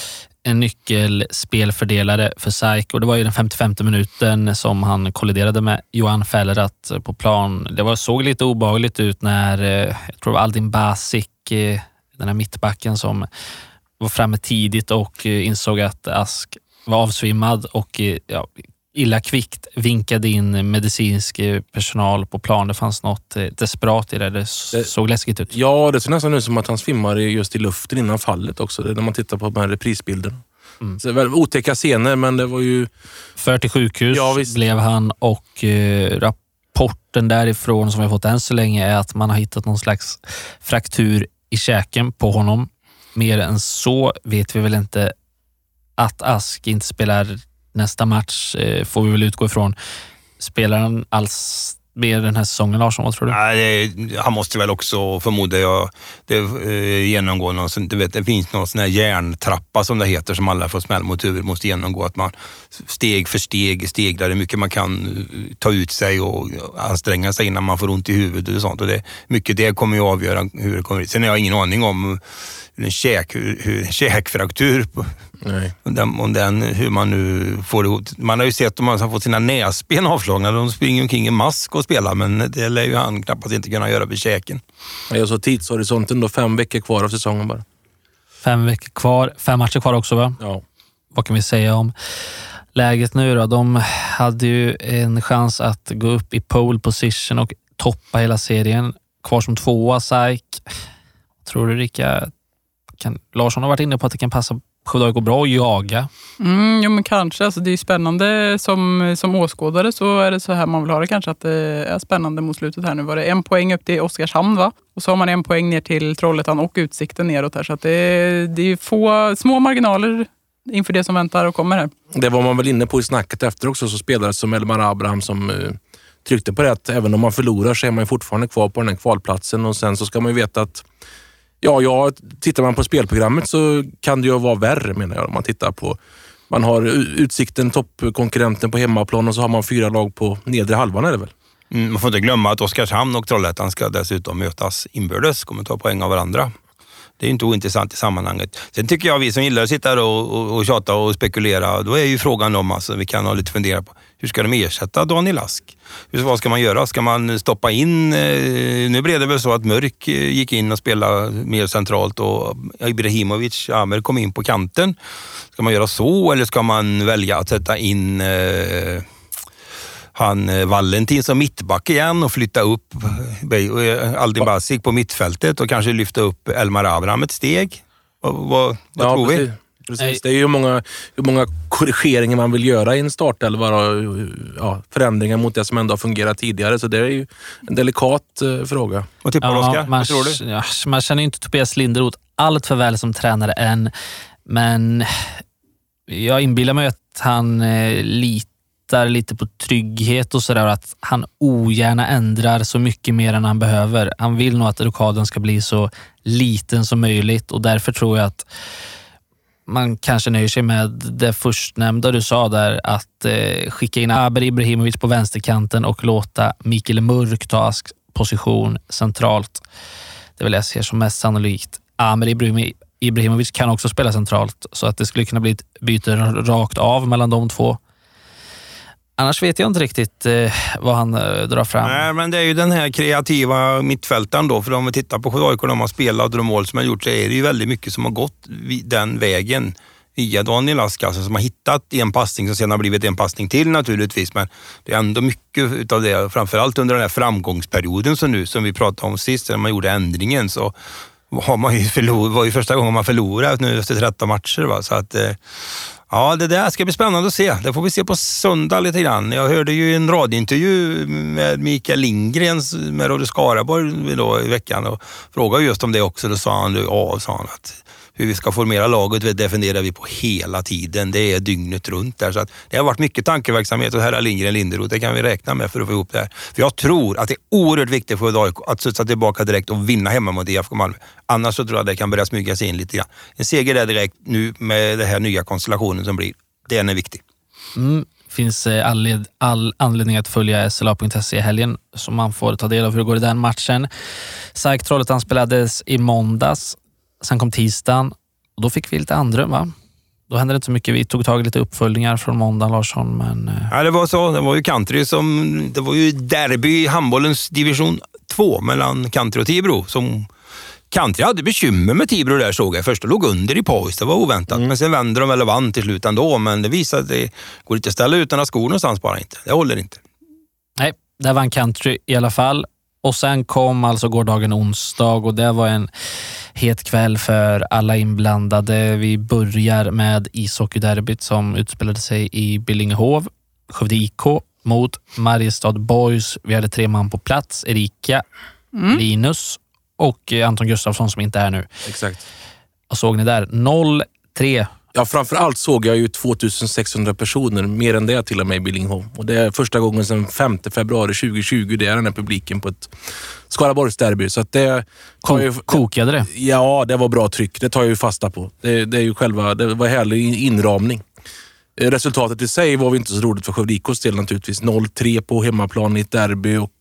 en nyckelspelfördelare för S A I K. Och det var ju den femtiofemte minuten som han kolliderade med Johan Fällerat på plan. Det var, såg lite obehagligt ut när, jag tror det var Aldin Basic, den här mittbacken, som var framme tidigt och insåg att Ask var avsvimmad och ja, illa kvickt vinkade in medicinsk personal på plan. Det fanns något desperat i det. Det såg läskigt ut. Ja, det ser nästan ut som att han svimmar just i luften innan fallet också. Det är när man tittar på de här reprisbilderna. Mm. Så det var otäcka scener, men det var ju... För till sjukhus ja, blev han, och eh, rapporten därifrån som vi har fått än så länge är att man har hittat någon slags fraktur i käken på honom. Mer än så vet vi väl inte. Att Ask inte spelar nästa match eh, får vi väl utgå ifrån. Spelar han alls mer den här säsongen, Larsson? Vad tror du? Nej, det, han måste väl också, förmodar jag, det, eh, genomgå någon, så, du vet, det finns någon sån här järntrappa som det heter, som alla får smäll mot huvudet måste genomgå. Att man steg för steg steglar hur mycket man kan ta ut sig och anstränga sig innan man får ont i huvudet och sånt. Och det, mycket det kommer ju avgöra hur det kommer ut. Sen har jag ingen aning om en käk, hur, hur en käkfraktur på, Nej. Om, den, om den, hur man nu får det ihop. Man har ju sett om man har fått sina näsben avslagna, de springer omkring i mask och spelar, men det lär ju han knappast inte kunna göra vid käken. Jag så tidshorisonten då, fem veckor kvar av säsongen bara. Fem veckor kvar, fem matcher kvar också, va? Ja. Vad kan vi säga om läget nu då? De hade ju en chans att gå upp i pole position och toppa hela serien. Kvar som tvåa, S A I K. Tror du, Rika, kan, Larsson har varit inne på att det kan passa Skövde A I K bra att jaga? Mm, jo, men kanske. Alltså, det är ju spännande som, som åskådare, så är det så här man vill ha det kanske, att det är spännande mot slutet här. Nu var det en poäng upp till Oskarshamn, va? Och så har man en poäng ner till Trollhättan och Utsikten neråt här. Så att det, det är få små marginaler inför det som väntar och kommer här. Det var man väl inne på i snacket efter också, så spelare som Elmar Abraham som uh, tryckte på det, att även om man förlorar så är man fortfarande kvar på den här kvalplatsen. Och sen så ska man ju veta att Ja, ja, tittar man på spelprogrammet så kan det ju vara värre, menar jag. Om man tittar på, man har Utsikten, toppkonkurrenten på hemmaplan, och så har man fyra lag på nedre halvan, är det väl? Mm, man får inte glömma att Oskarshamn och Trollhättan ska dessutom mötas inbördes, kommer ta poäng av varandra. Det är inte ointressant i sammanhanget. Sen tycker jag, vi som gillar att sitta och, och, och tjata och spekulera, då är ju frågan om, alltså, vi kan ha lite fundera på, hur ska de ersätta Daniel Ask? Vad ska man göra? Ska man stoppa in? Nu blev det väl så att Mörk gick in och spelade mer centralt och Ibrahimovic, Amer, kom in på kanten. Ska man göra så, eller ska man välja att sätta in eh, han Valentin som mittback igen och flytta upp Aldin Basic på mittfältet och kanske lyfta upp Elmar Abraham ett steg? Vad, vad, vad ja, tror precis. vi? Precis. Det är ju hur många, hur många korrigeringar man vill göra i en startelva och ja, förändringar mot det som ändå har fungerat tidigare. Så det är ju en delikat uh, fråga. Vad tycker du, Oskar? Man, vad tror du? Ja, man känner ju inte Tobias Linderoth allt för väl som tränare än, men jag inbillar mig att han eh, litar lite på trygghet och sådär, att han ogärna ändrar så mycket mer än han behöver. Han vill nog att rokaden ska bli så liten som möjligt, och därför tror jag att man kanske nöjer sig med det förstnämnda du sa där, att eh, skicka in Aber Ibrahimovic på vänsterkanten och låta Mikael Mörk ta Asks position centralt. Det vill jag se som mest sannolikt. Amer Ibrahimovic kan också spela centralt, så att det skulle kunna bli ett byte rakt av mellan de två. Annars vet jag inte riktigt eh, vad han eh, drar fram. Nej, men det är ju den här kreativa mittfältaren då. För om vi tittar på Skövde A I K, de har spelat och de mål som har gjort, så är det ju väldigt mycket som har gått den vägen via Daniel Ask, alltså, som har hittat en passning som sedan har blivit en passning till naturligtvis. Men det är ändå mycket av det, framförallt under den här framgångsperioden som nu, som vi pratade om sist, när man gjorde ändringen, så har man ju förlorat, var ju första gången man förlorade nu efter tretton matcher. Va? Så att eh, ja, det där ska bli spännande att se. Det får vi se på söndag lite grann. Jag hörde ju en radiointervju med Mikael Lindgren med Radio Skaraborg då i veckan och frågade just om det också. Då sa han, ja, sa han att hur vi ska formera laget, det definierar vi på hela tiden. Det är dygnet runt där. Så att det har varit mycket tankeverksamhet och här är Lindgren Linderoth. Det kan vi räkna med för att få ihop det här. För jag tror att det är oerhört viktigt för A I K att sätta tillbaka direkt och vinna hemma mot I F K Malmö. Annars så tror jag att det kan börja smyga sig in lite grann. En seger där direkt nu med den här nya konstellationen som blir. Den är viktig. Mm. Finns all, all anledning att följa S L A punkt se i helgen så man får ta del av hur det går i den matchen. SAIK Trollhättan spelades i måndags. Sen kom tisdagen och då fick vi lite andrum, va? Då hände det inte så mycket. Vi tog tag i lite uppföljningar från måndagen, Larsson. Men... Ja, det var så. Det var ju country som... Det var ju derby i handbollens division två mellan country och Tibro. Som country hade bekymmer med Tibro där, såg jag. Först låg under i paus. Det var oväntat. Mm. Men sen vände de eller vann till slut ändå. Men det visade att det går inte att ställa utan att skor någonstans bara inte. Det håller inte. Nej, det var en country i alla fall. Och sen kom alltså gårdagen onsdag och det var en het kväll för alla inblandade. Vi börjar med ishockeyderbyt som utspelade sig i Billingehov. Skövde I K mot Mariestad Boys. Vi hade tre man på plats. Erika, mm. Linus och Anton Gustafsson som inte är nu. Exakt. Vad såg ni där? noll tre. Ja, framförallt såg jag ju tvåtusensexhundra personer, mer än det till och med i Billingehov. Och det är första gången sedan femte februari tjugohundratjugo det är den här publiken på ett Skaraborgs derby. Så att det Ko- ju, kokade det? Ja, det var bra tryck. Det tar jag ju fasta på. Det, det är ju själva, det var härlig inramning. Resultatet i sig var ju inte så roligt för Skövde I K:s del naturligtvis. noll tre på hemmaplan i ett derby och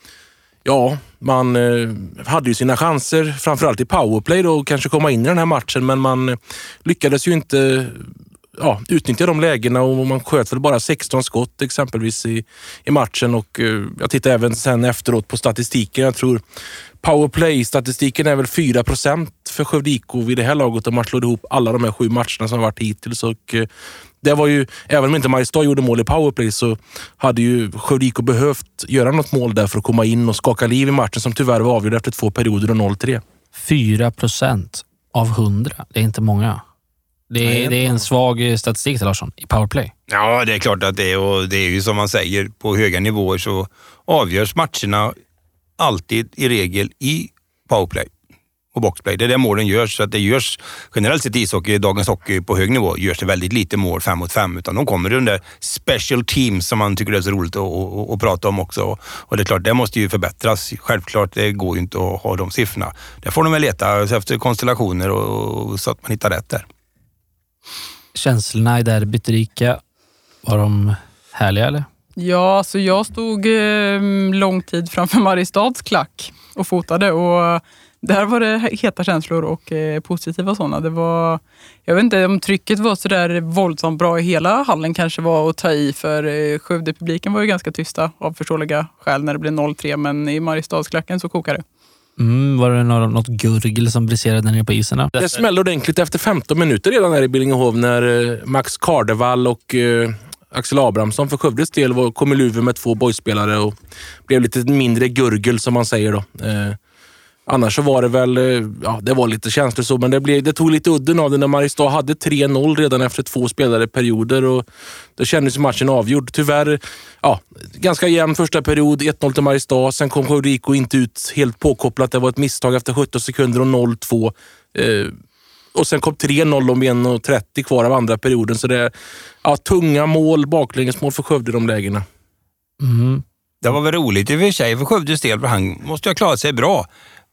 ja, man eh, hade ju sina chanser, framförallt i powerplay då, och kanske komma in i den här matchen, men man eh, lyckades ju inte ja, utnyttja de lägena och man sköt väl bara sexton skott exempelvis i, i matchen och eh, jag tittar även sen efteråt på statistiken. Jag tror powerplay-statistiken är väl fyra procent för Skövde I K vid det här laget om man slår ihop alla de här sju matcherna som har varit hittills och eh, det var ju, även om inte Mariestad gjorde mål i powerplay så hade ju Skövde I K behövt göra något mål där för att komma in och skaka liv i matchen som tyvärr var avgjord efter två perioder och noll tre. fyra procent av hundra. Det är inte många. Det är, Nej, det är en svag statistik till Larsson i powerplay. Ja, det är klart att det är och det är ju som man säger på höga nivåer så avgörs matcherna alltid i regel i powerplay och boxplay. Det är det målen görs, så att det görs generellt sett ishockey, dagens hockey på hög nivå görs det väldigt lite mål fem mot fem utan de kommer i den där special teams som man tycker är så roligt att, att, att prata om också. Och det är klart, det måste ju förbättras. Självklart, det går ju inte att ha de siffrorna. Där får de väl leta efter konstellationer och, och så att man hittar rätt där. Känslorna i derbyt, Erika, var de härliga eller? Ja, så jag stod eh, lång tid framför Mariestads klack och fotade och där var det heta känslor och eh, positiva sådana. Det var, jag vet inte om trycket var så där våldsamt bra i hela hallen kanske var att ta i för eh, Skövde-publiken var ju ganska tysta av förståeliga skäl när det blev noll tre men i Mariestadsklacken så kokade det. Mm, var det något, något gurgel som briserade nere på isen? Det smällde ordentligt efter femton minuter redan här i Billingehov när eh, Max Kardevall och eh, Axel Abrahamsson för Skövdes del var, kom i luven med två boyspelare och blev lite mindre gurgel som man säger då. Eh, Annars så var det väl, ja det var lite känsligt så, men det, blev, det tog lite udden av det när Mariestad hade tre noll redan efter två spelade perioder och då kändes matchen avgjord. Tyvärr, ja, ganska jämn första period, ett noll till Mariestad, sen kom Skövde I K inte ut helt påkopplat, det var ett misstag efter sjutton sekunder och noll två. Eh, och sen kom tre noll om en trettio kvar av andra perioden, så det är ja, tunga mål, baklängesmål för Skövde i de lägena. Mm. Det var väl roligt i och för sig för Skövdes del, för han måste ha klarat sig bra.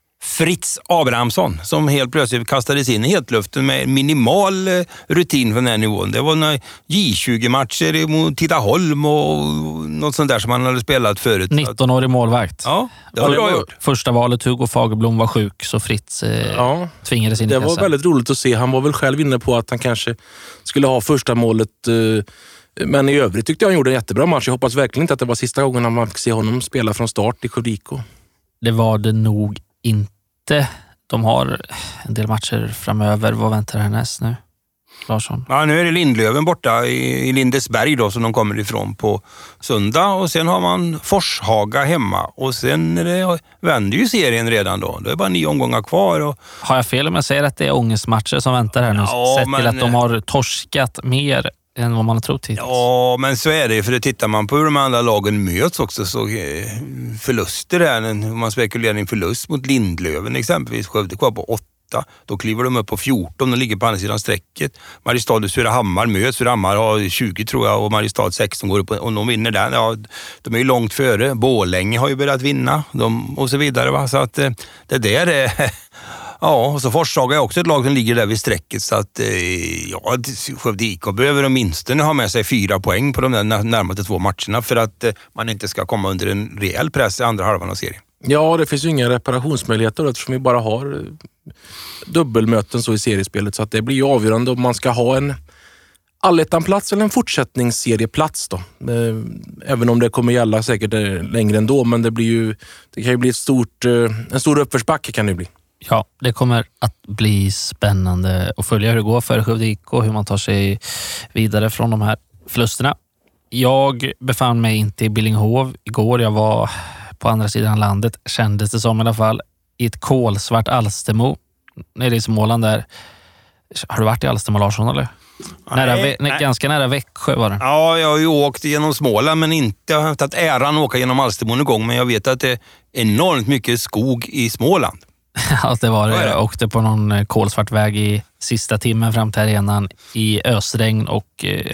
Fritz Abrahamsson som helt plötsligt kastades in i hetluften med minimal rutin från den här nivån. Det var några J tjugo-matcher mot Tidaholm och något sånt där som han hade spelat förut. nitton-årig målvakt. Ja, det var det bra var gjort. Första valet, Hugo Fagerblom var sjuk så Fritz eh, ja, tvingades in i det kassan. var väldigt roligt att se. Han var väl själv inne på att han kanske skulle ha första målet eh, men i övrigt tyckte jag han gjorde en jättebra match. Jag hoppas verkligen inte att det var sista gången man fick se honom spela från start i Skövde I K. Det var det nog inte. De har en del matcher framöver. Vad väntar härnäst nu? Larsson? Ja, nu är det Lindlöven borta i, i Lindesberg då som de kommer ifrån på söndag och sen har man Forshaga hemma och sen är det, vänder ju serien redan då. Det är bara nio omgångar kvar. Och... Har jag fel om jag säger att det är ångestmatcher som väntar här nu? Ja, sett men... till att de har torskat mer än vad man har trott hittills. Ja, men så är det. För det tittar man på hur de andra lagen möts också så förluster här. Om man spekulerar i en förlust mot Lindlöven exempelvis. Skövde kvar på åtta åtta. Då kliver de upp på fjorton och ligger på andra sidan strecket. Mariestad och Surahammar möts. Surahammar har tjugo tror jag och Mariestad sexton går upp och de vinner den. Ja, de är ju långt före. Borlänge har ju börjat vinna de, och så vidare. Va? Så att det där är... Ja, och så Forshaga är också ett lag som ligger där vid strecket så att ja, Skövde I K behöver åtminstone ha med sig fyra poäng på de där närmaste två matcherna för att man inte ska komma under en rejäl press i andra halvan av serien. Ja, det finns ju inga reparationsmöjligheter eftersom vi bara har dubbelmöten så i seriespelet så att det blir ju avgörande om man ska ha en allettanplats eller en fortsättningsserieplats då. Även om det kommer gälla säkert längre ändå men det blir ju det kan ju bli ett stort en stor uppförsbacke kan det bli. Ja, det kommer att bli spännande att följa hur det går för Skövde I K och hur man tar sig vidare från de här förlusterna. Jag befann mig inte i Billinghov igår. Jag var på andra sidan landet, kändes det som i alla fall, i ett kolsvart Alstermo. Nere i Småland där. Har du varit i Alstermo, Larsson, eller? Nära, nej, nej. Ganska nära Växjö var det. Ja, jag har ju åkt genom Småland men inte jag har tagit äran att åka genom Alstermo en gång. Men jag vet att det är enormt mycket skog i Småland. Ja, det var det. Jag åkte på någon kolsvart väg i sista timmen fram till arenan i ösregn och eh,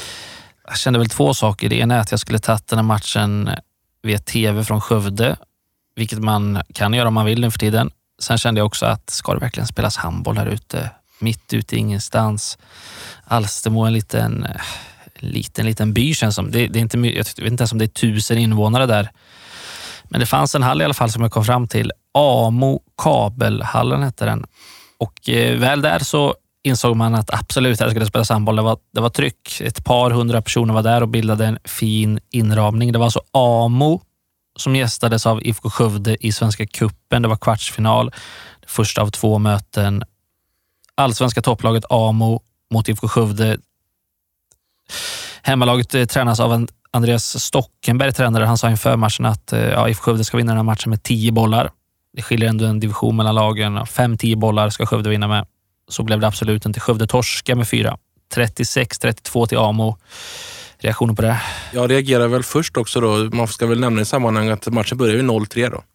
jag kände väl två saker. Det ena är att jag skulle ta den här matchen via tv från Skövde, vilket man kan göra om man vill nu för tiden. Sen kände jag också att ska det verkligen spelas handboll här ute, mitt ute ingenstans. Alstermo, en liten, liten, liten by känns som. Det, det är inte, jag vet inte ens om det är tusen invånare där. Men det fanns en hall i alla fall som jag kom fram till. Amo kabelhallen hette den. Och eh, väl där så insåg man att absolut här skulle spela handboll. Det var, det var tryck. Ett par hundra personer var där och bildade en fin inramning. Det var alltså Amo som gästades av I F K Skövde i Svenska cupen. Det var kvartsfinal. Det första av två möten. Allsvenska topplaget Amo mot I F K Skövde. Hemmalaget eh, tränas av en Andreas Stockenberg, tränare. Han sa inför matchen att ja, I F K Skövde ska vinna den här matchen med tio bollar. Det skiljer ändå en division mellan lagen. Fem, tio bollar ska Skövde vinna med. Så blev det absolut inte. Skövde torska med fyra. trettiosex trettiotvå till Amo. Reaktioner på det? Jag reagerar väl först också då. Man ska väl nämna i sammanhanget att matchen börjar ju noll tre då.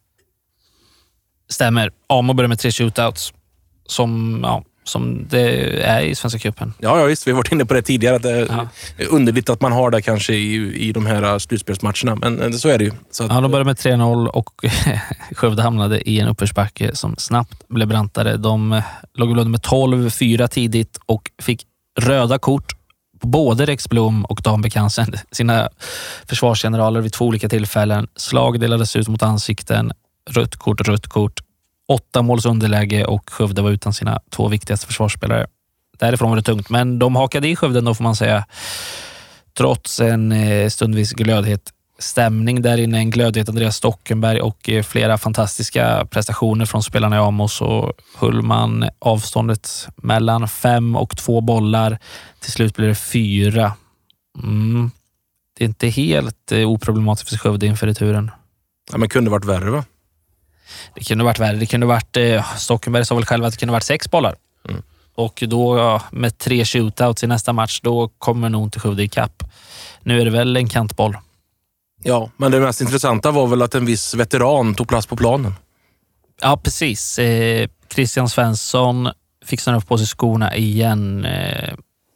Stämmer. Amo börjar med tre shootouts. Som, ja, som det är i Svenska cupen. Ja, ja, visst. Vi har varit inne på det tidigare. Att det ja. är underligt att man har det kanske i, i de här slutspelsmatcherna. Men så är det ju. Så att, ja, de började med tre noll och Skövde hamnade i en uppförsbacke som snabbt blev brantare. De låg under med tolv fyra tidigt och fick röda kort på både Rex Blom och Dan Bekansen. Sina försvarsgeneraler vid två olika tillfällen. Slag delades ut mot ansikten. Rött kort, rött kort. Åtta måls underläge och Skövde var utan sina två viktigaste försvarsspelare. Därifrån var det tungt, men de hakade i Skövde då får man säga. Trots en stundvis glödhet stämning där inne, en glödhet Andreas Stockenberg och flera fantastiska prestationer från spelarna i Amo, så höll man avståndet mellan fem och två bollar. Till slut blir det fyra. Mm. Det är inte helt oproblematiskt för Skövde inför returen. Ja, men kunde varit värre, va? Det kunde varit värre. Det kunde varit, eh, Stockenberg sa väl själv att det kunde varit sex bollar. Mm. Och då ja, med tre shootouts i nästa match, då kommer nog inte Skövde i kapp. Nu är det väl en kantboll. Ja, men det mest intressanta var väl att en viss veteran tog plats på planen. Ja, precis. Eh, Christian Svensson fick snurra på sig skorna igen. Eh,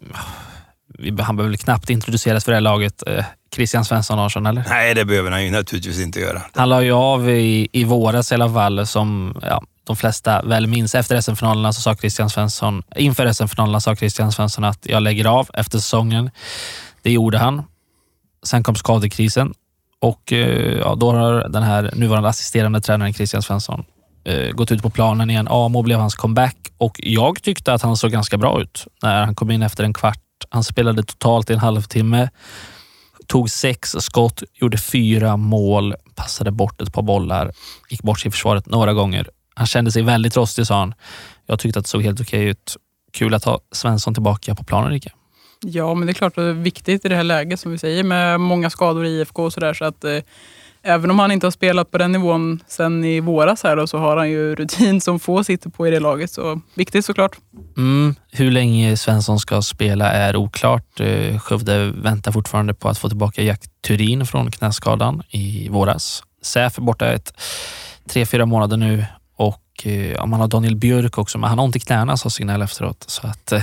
han behöver väl knappt introduceras för det här laget. Eh, Christian Svensson Larsson, eller? Nej, det behöver han ju naturligtvis inte göra. Han la ju av i, i våras i alla fall, som ja, de flesta väl minns. Efter S M-finalerna så sa Christian Svensson, inför S M-finalerna sa Christian Svensson att jag lägger av efter säsongen. Det gjorde han. Sen kom skadekrisen och ja, då har den här nuvarande assisterande tränaren Christian Svensson eh, gått ut på planen igen. Amo blev hans comeback och jag tyckte att han såg ganska bra ut när han kom in efter en kvart. Han spelade totalt i en halvtimme. Tog sex skott, gjorde fyra mål, passade bort ett par bollar, gick bort i försvaret några gånger. Han kände sig väldigt rostig, sa han. Jag tyckte att det såg helt okej ut. Kul att ha Svensson tillbaka på planen, Rika. Ja, men det är klart att det är viktigt i det här läget som vi säger med många skador i I F K och sådär, så att eh, även om han inte har spelat på den nivån sen i våras här då, så har han ju rutin som få sitter på i det laget, så viktigt såklart. Mm, hur länge Svensson ska spela är oklart. Skövde väntar fortfarande på att få tillbaka Jack Turin från knäskadan i våras. Säf är borta ett tre, fyra månader nu och ja, man har Daniel Björk också, men han har ont i knäna, sa Signell efteråt. Så att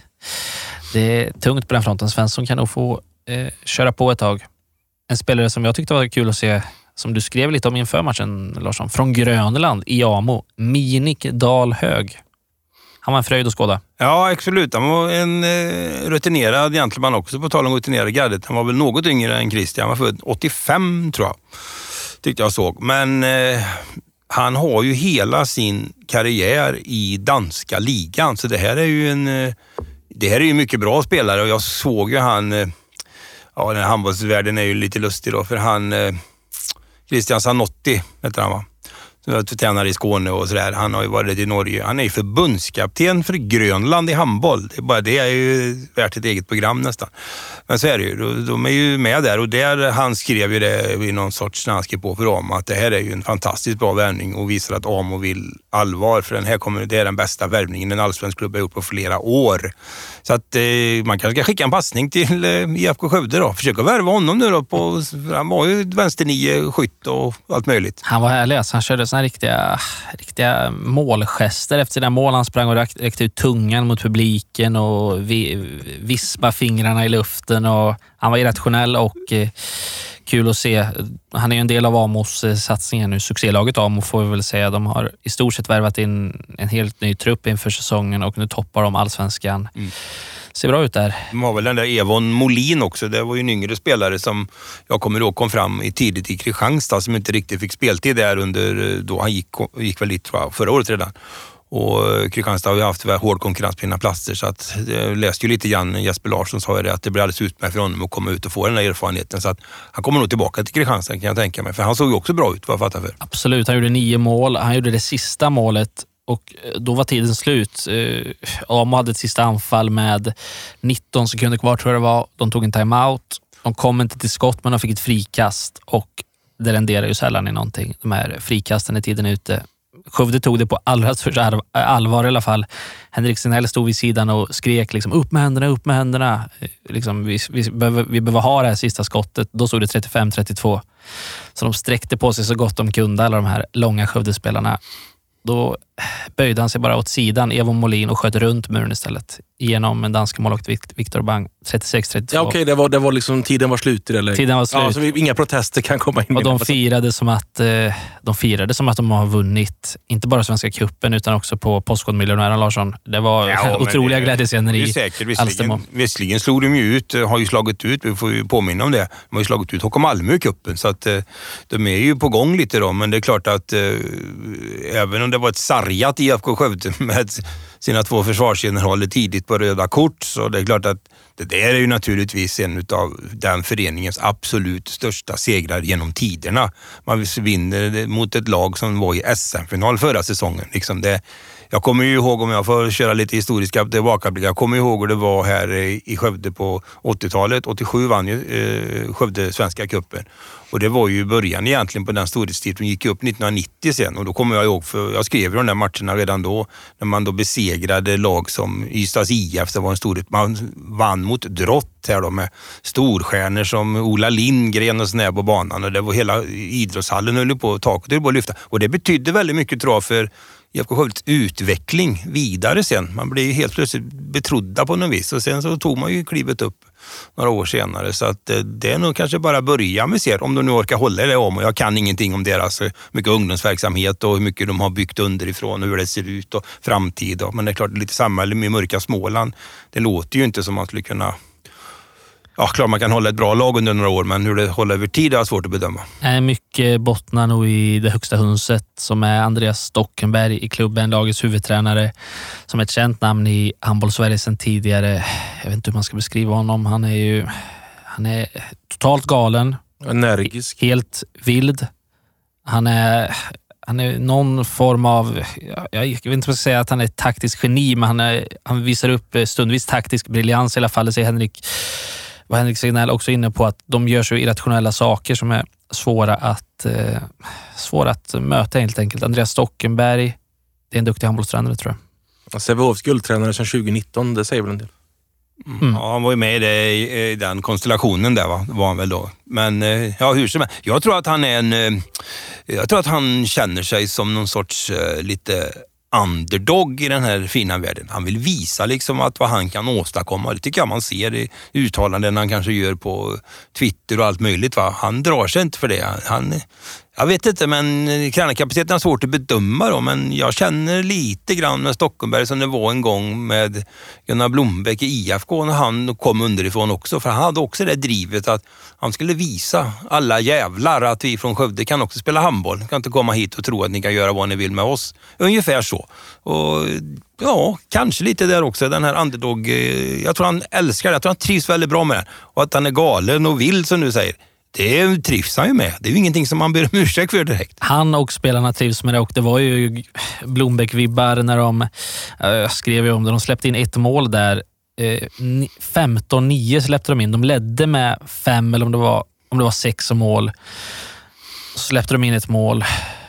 det är tungt på den fronten. Svensson kan nog få eh, köra på ett tag. En spelare som jag tyckte var kul att se, som du skrev lite om inför matchen, Larsson, från Grönland i Amo, Minik Dalhög. Han var en fröjd att skåda. Ja, absolut. Han var en eh, rutinerad gentleman också, på tal om rutinerad gardet. Han var väl något yngre än Christian. Han var född åttiofem, tror jag. Tyckte jag såg. Men eh, han har ju hela sin karriär i danska ligan. Så det här är ju en... Eh, det här är ju mycket bra spelare. Och jag såg ju han... Eh, ja, den här handbollsvärlden är ju lite lustig då. För han... Eh, Christian Sanotti heter han, va? Som är tränare i Skåne och sådär. Han har ju varit i Norge. Han är ju förbundskapten för Grönland i handboll. Det är bara det är ju värt ett eget program nästan. Men så är det ju. De, de är ju med där, och där han skrev ju det i någon sorts när han skrev på för Amo, att det här är ju en fantastiskt bra värvning och visar att Amo vill allvar, för den här kommer, det är den bästa värvningen en allsvensk klubb har gjort på flera år. Så att eh, man kanske ska skicka en passning till eh, I F K Skövde då. Försöka värva honom nu då. På, han var ju vänsternio, skytt och allt möjligt. Han var härlig. Han körde såna riktiga, riktiga målgester efter sina mål. Han sprang och räckte ut tungan mot publiken och vi, vispa fingrarna i luften. Och han var irrationell och eh, kul att se. Han är ju en del av Amos eh, satsningen nu. Succélaget Amo får vi väl säga. De har i stort sett värvat in en helt ny trupp inför säsongen och nu toppar de allsvenskan. Mm. Ser bra ut där. De har väl den där Evon Molin också. Det var ju en yngre spelare som jag kommer ihåg kom fram i tidigt i Kristianstad, som inte riktigt fick speltid där under, då han gick, gick väl dit, tror jag, förra året redan. Och Kristianstad har ju haft hård konkurrens på sina platser, så att jag läste ju lite grann, Jesper Larsson sa ju det, att det blir alldeles utmärkt för honom att komma ut och få den där erfarenheten, så att han kommer nog tillbaka till Kristianstad, kan jag tänka mig, för han såg ju också bra ut, vad jag fattar för. Absolut, han gjorde nio mål, han gjorde det sista målet och då var tiden slut. Amo hade ett sista anfall med nitton sekunder kvar, tror jag det var. De tog en timeout, de kom inte till skott, men de fick ett frikast och det renderar ju sällan i någonting. De här frikasten är tiden ute. Skövde tog det på allra största allvar i alla fall. Henrik Signell stod vid sidan och skrek liksom, upp med händerna, upp med händerna. Liksom, vi, vi, behöver, vi behöver ha det här sista skottet. Då stod det trettiofem trettiotvå. Så de sträckte på sig så gott de kunde, alla de här långa Skövdespelarna. Då böjde han sig bara åt sidan, Evon Molin, och sköt runt muren istället. Genom en dansk målvakt, Viktor Bang, trettiosex trettiotvå. Ja, okej, okay, det var, det var liksom, tiden var slut eller? Tiden var slut. Ja, så vi, inga protester kan komma in. Och de firade som att eh, de firade som att de har vunnit, inte bara Svenska cupen utan också på Postkodmiljonären, Larsson. Det var ja, otroliga glädjescener i Visserligen, visserligen slog de ju ut, har ju slagit ut, vi får ju påminna om det, de har ju slagit ut H K Malmö i cupen, så att eh, de är ju på gång lite då, men det är klart att eh, även om det var ett sargat I F K Skövde med sina två försvarsgeneraler tidigt på röda kort, så det är klart att det där är ju naturligtvis en av den föreningens absolut största segrar genom tiderna. Man vinner mot ett lag som var i S M-final förra säsongen. Liksom det, jag kommer ju ihåg, om jag får köra lite historiska tillbakablickar, jag kommer ihåg hur det var här i Skövde på åttiotalet. åttiosju vann ju eh, Skövde Svenska cupen. Och det var ju början egentligen på den storhetstid. De gick upp nittonhundranittio sen, och då kommer jag ihåg, för jag skrev ju de där matcherna redan då, när man då besegrade lag som Ystads I F, det var en storhet. Man vann mot Drott här då med storstjärnor som Ola Lindgren och sådär på banan, och det var hela idrottshallen höll på, taket höll på att lyfta. Och det betydde väldigt mycket, tror jag, för I F K Skövdes utveckling vidare sen. Man blev ju helt plötsligt betrodda på något vis, och sen så tog man ju klivet upp några år senare, så att det är nog kanske bara börja med ser om de nu orkar hålla det om, och jag kan ingenting om deras mycket ungdomsverksamhet och hur mycket de har byggt underifrån och hur det ser ut och framtid, men det är klart lite samhälle med mörka Småland, det låter ju inte som att man skulle kunna, ja, klart man kan hålla ett bra lag under några år, men hur det håller över tid är svårt att bedöma. Nej, mycket bottnar nog i det högsta hunset som är Andreas Stockenberg i klubben, lagets huvudtränare, som är ett känt namn i handbollssverige sedan tidigare. Jag vet inte hur man ska beskriva honom. Han är ju han är totalt galen. Energisk. Helt vild. Han är Han är någon form av, jag vet inte om jag ska säga att han är ett taktisk geni, men han, är, han visar upp stundvis taktisk briljans i alla fall. Det säger Henrik, var Henrik Signell också inne på, att de gör så irrationella saker som är svåra att, eh, svåra att möta helt enkelt. Andreas Stockenberg, det är en duktig handbollstränare, tror jag. Sävehofs guldtränare sedan tjugonitton, det säger väl en del. Mm. Ja, han var ju med i, det, i den konstellationen där, va? Var han väl då. Men ja, hur som helst. Jag tror att han är en... Jag tror att han känner sig som någon sorts uh, lite underdog i den här fina världen. Han vill visa liksom att vad han kan åstadkomma. Det tycker jag man ser i uttalanden han kanske gör på Twitter och allt möjligt. Va? Han drar sig inte för det. Han... Jag vet inte, men tränarkapaciteten är svårt att bedöma då, men jag känner lite grann med Stockenberg som det var en gång med Gunnar Blombeck i I F K när han kom underifrån också, för han hade också det drivet att han skulle visa alla jävlar att vi från Skövde kan också spela handboll. Kan inte komma hit och tro att ni kan göra vad ni vill med oss. Ungefär så. Och ja, kanske lite där också, den här underdog, jag tror han älskar det, jag tror han trivs väldigt bra med det. Och att han är galen och vild som du säger. Det trivs han ju med. Det är ju ingenting som man ber om ursäkt för direkt. Han och spelarna trivs med det, och det var ju Blombeck-vibbar när de äh, skrev ju om det. De släppte in ett mål där. Eh, femton nio släppte de in. De ledde med fem eller om det var, om det var sex mål. Så släppte de in ett mål.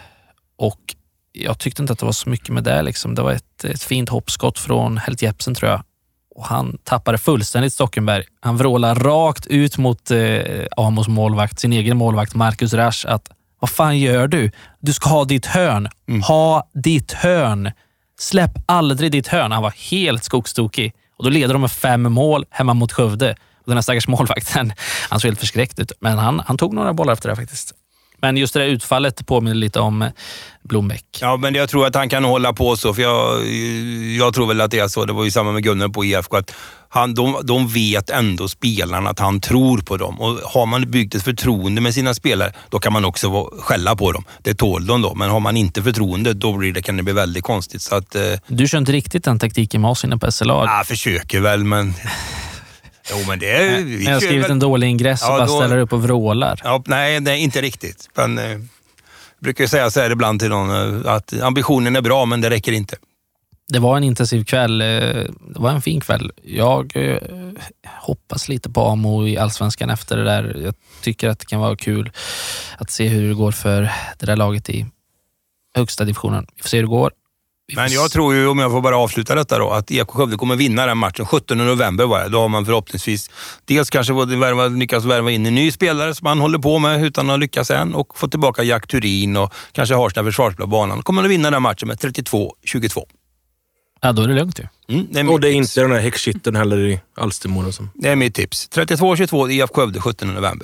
Och jag tyckte inte att det var så mycket med det. Liksom. Det var ett, ett fint hoppskott från Helt Jepsen, tror jag. Och han tappade fullständigt Stockenberg. Han vrålar rakt ut mot eh, Amos målvakt, sin egen målvakt Marcus Rasch, att vad fan gör du? Du ska ha ditt hörn. Mm. Ha ditt hörn. Släpp aldrig ditt hörn. Han var helt skogstokig. Och då leder de med fem mål hemma mot Skövde. Och den här stackars målvakten, han såg helt förskräckt ut. Men han, han tog några bollar efter det faktiskt. Men just det där utfallet påminner lite om Blombeck. Ja, men jag tror att han kan hålla på så. För jag, jag tror väl att det är så. Det var ju samma med Gunnar på I F K. Att han, de, de vet ändå spelarna att han tror på dem. Och har man byggt ett förtroende med sina spelare, då kan man också skälla på dem. Det tål de då. Men har man inte förtroende, då blir det, kan det bli väldigt konstigt. Så att, eh... Du kör inte riktigt den taktiken med oss inne på S L A? Ja, försöker väl, men... Jo, men det är... Vi jag har skrivit väl... en dålig ingress och ja, bara då... ställer upp och vrålar. Ja, nej, det är inte riktigt. Men eh, jag brukar säga så här ibland till någon att ambitionen är bra, men det räcker inte. Det var en intensiv kväll. Det var en fin kväll. Jag eh, hoppas lite på Amo i Allsvenskan efter det där. Jag tycker att det kan vara kul att se hur det går för det där laget i högsta divisionen. Vi får se hur det går. Men jag tror ju, om jag får bara avsluta detta då, att E K Skövde kommer vinna den matchen sjuttonde november var det. Då har man förhoppningsvis dels kanske värva, lyckas värva in en ny spelare som man håller på med utan att lyckas än, och få tillbaka Jack Turin och kanske har sina försvarsspel på banan. Kommer att vinna den matchen med trettiotvå tjugotvå. Ja, då är det lugnt ju. Mm, det är och det är inte den här häckskitten heller i Alstermora som... Det är mitt tips. trettiotvå tjugotvå E F Skövde sjuttonde november.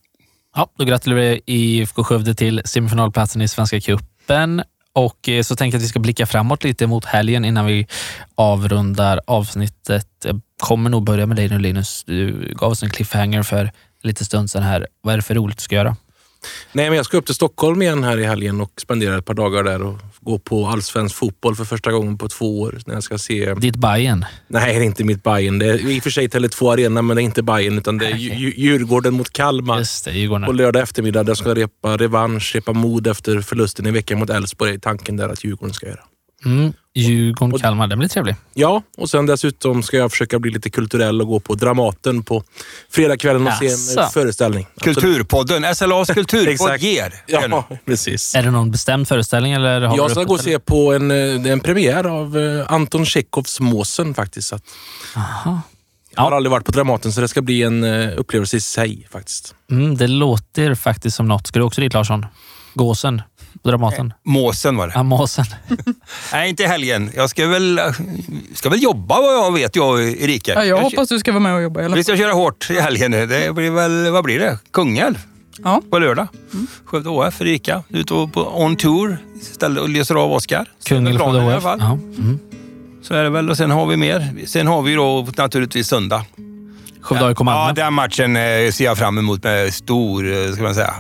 Ja, då gratulerar vi I F K Skövde till semifinalplatsen i Svenska cupen. Och så tänker jag att vi ska blicka framåt lite mot helgen innan vi avrundar avsnittet. Jag kommer nog börja med dig nu, Linus. Du gav oss en cliffhanger för lite stund sedan här. Vad är det för roligt du ska göra? Nej, men jag ska upp till Stockholm igen här i helgen och spendera ett par dagar där och gå på allsvensk fotboll för första gången på två år. När jag ska se... Ditt Bayern? Nej, det är inte mitt Bayern. Det är i och för sig Tele två Arena, men det är inte Bayern utan det är Dj- Djurgården mot Kalmar. Just det, Djurgården. På lördag eftermiddag där ska repa revansch, repa mod efter förlusten i veckan mot Elfsborg. Tanken där att Djurgården ska göra. Mm, Djurgården, Kalmar, det blir trevligt. Ja, och sen dessutom ska jag försöka bli lite kulturell och gå på Dramaten på fredagskvällen och Jaså. se en föreställning. Kulturpodden, S L A's kulturpodd ger. Ja, precis. Är det någon bestämd föreställning? Eller har jag ska gå och se på en, en premiär av Anton Tjechovs Måsen faktiskt. Så att Aha. Jag har ja. aldrig varit på Dramaten så det ska bli en upplevelse i sig faktiskt. Mm, det låter faktiskt som något. Ska du också dit, Larsson? Gåsen? Dramaten. Måsen var det. Ja, måsen. Nej, inte helgen. Jag ska väl, ska väl jobba vad jag vet, jag Erika. Ja, jag, jag hoppas du ska vara med och jobba. Eller? Vi ska köra hårt i helgen nu. Det blir väl, vad blir det? Kungälv. Ja. På lördag. Mm. Skövde Å F, Erika. Ute på on tour. Ställer och löser av Oskar. Kungälv på Å F. Ja. Mm. Så är det väl. Och sen har vi mer. Sen har vi då naturligtvis söndag. Skövde A I K Malmö. Ja, den matchen ser jag fram emot med stor, ska man säga.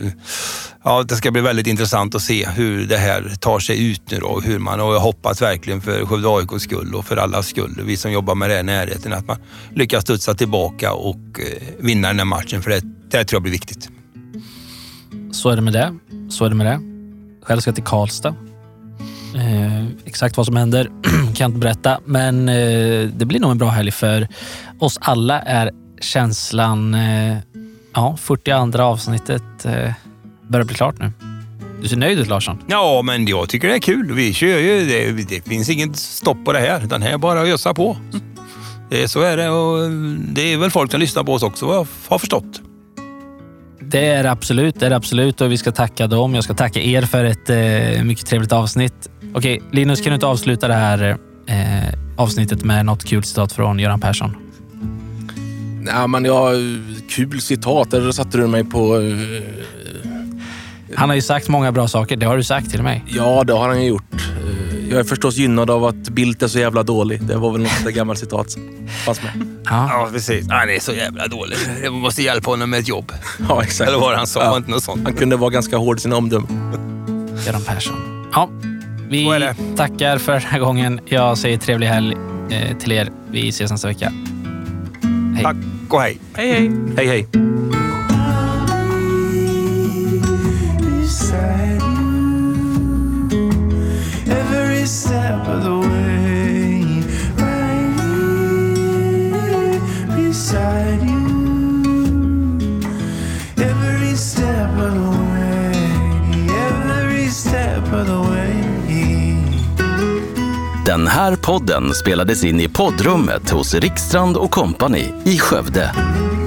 Ja, det ska bli väldigt intressant att se hur det här tar sig ut nu då. Hur man, och jag hoppas verkligen för Skövde A I K:s skull och för allas skull, vi som jobbar med det här närheten, att man lyckas studsa tillbaka och vinna den här matchen. För det, det tror jag blir viktigt. Så är det med det. Så är det med det. Själv ska jag till Karlstad. Eh, exakt vad som händer kan jag inte berätta, men eh, det blir nog en bra helg för oss alla. Är känslan eh, ja, fyrtioandra avsnittet eh, börjar bli klart nu. Du ser nöjd ut, Larsson? Ja, men jag tycker det är kul. Vi kör ju, det, det finns inget stopp på det här, utan här bara ösa på. Det är, så är det och det är väl folk som lyssnar på oss också, vad jag har förstått. Det är absolut, det är absolut och vi ska tacka dem. Jag ska tacka er för ett eh, mycket trevligt avsnitt. Okej, Linus, kan du inte avsluta det här eh, avsnittet med något kul citat från Göran Persson? Nej, men jag kul citat. Där satte du mig på... Uh, han har ju sagt många bra saker, det har du sagt till mig. Ja, det har han ju gjort. Uh, jag är förstås gynnad av att Bildt är så jävla dålig. Det var väl något gammalt citat som fanns med. Ja, Ja, precis. Han är så jävla dålig. Jag måste hjälpa honom med ett jobb. Ja, exakt. Eller vad han sa, Ja. inte något sånt. Han kunde vara ganska hård i sina omdömen. Göran Persson. Ja, vi Så är det. tackar för den här gången. Jag säger trevlig helg eh, till er. Vi ses nästa vecka. Hej. Tack och hej. Hej, hej. Hej, hej. beside you every step of the way, right here beside you every step of the way, every step of the way. Den här podden spelades in i poddrummet hos Rickstrand och Company i Skövde.